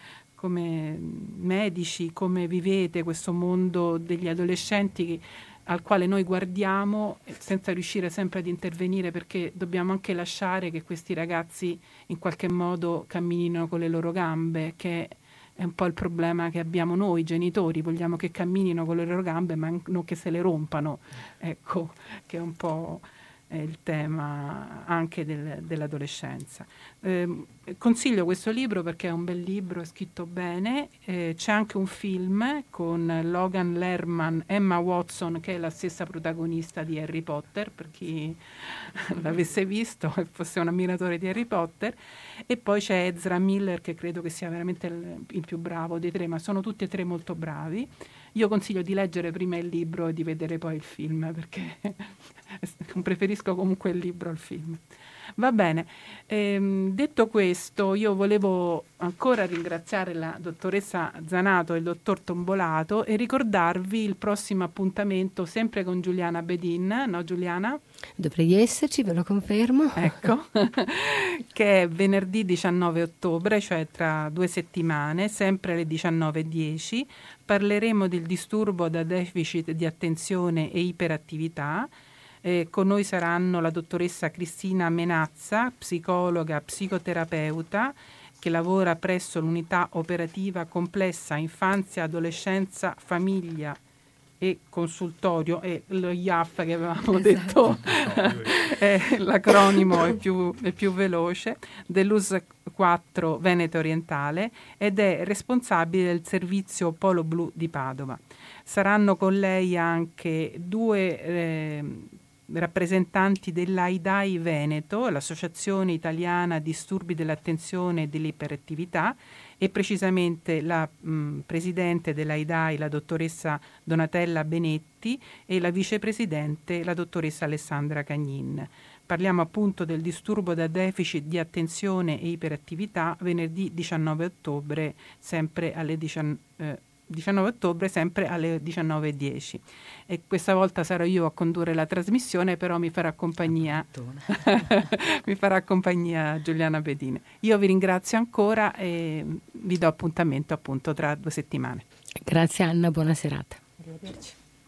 medici, come vivete questo mondo degli adolescenti al quale noi guardiamo senza riuscire sempre ad intervenire, perché dobbiamo anche lasciare che questi ragazzi in qualche modo camminino con le loro gambe, che è un po' il problema che abbiamo noi genitori, vogliamo che camminino con le loro gambe ma non che se le rompano, ecco, che è un po' il tema anche dell'adolescenza. Consiglio questo libro perché è un bel libro, è scritto bene, c'è anche un film con Logan Lerman, Emma Watson, che è la stessa protagonista di Harry Potter, per chi l'avesse visto e fosse un ammiratore di Harry Potter, e poi c'è Ezra Miller, che credo che sia veramente il più bravo dei tre, ma sono tutti e tre molto bravi. Io consiglio di leggere prima il libro e di vedere poi il film, perché preferisco comunque il libro al film. Va bene, detto questo, io volevo ancora ringraziare la dottoressa Zanato e il dottor Tombolato e ricordarvi il prossimo appuntamento sempre con Giuliana Bedin, no Giuliana? Dovrei esserci, ve lo confermo. Ecco, che è venerdì 19 ottobre, cioè tra 2 settimane, sempre alle 19:10. Parleremo del disturbo da deficit di attenzione e iperattività. Con noi saranno la dottoressa Cristina Menazza, psicologa, psicoterapeuta, che lavora presso l'unità operativa complessa infanzia, adolescenza, famiglia e consultorio, e lo IAF che avevamo detto, l'acronimo è più veloce, dell'US 4 Veneto Orientale, ed è responsabile del servizio Polo Blu di Padova. Saranno con lei anche due rappresentanti dell'AIDAI Veneto, l'Associazione Italiana Disturbi dell'Attenzione e dell'Iperattività, e precisamente la presidente dell'AIDAI, la dottoressa Donatella Benetti, e la vicepresidente, la dottoressa Alessandra Cagnin. Parliamo appunto del disturbo da deficit di attenzione e iperattività, venerdì 19 ottobre, sempre alle 19:10. E questa volta sarò io a condurre la trasmissione, però mi farà compagnia Giuliana Bedin. Io vi ringrazio ancora e vi do appuntamento appunto tra 2 settimane. Grazie Anna, buona serata. Arrivederci.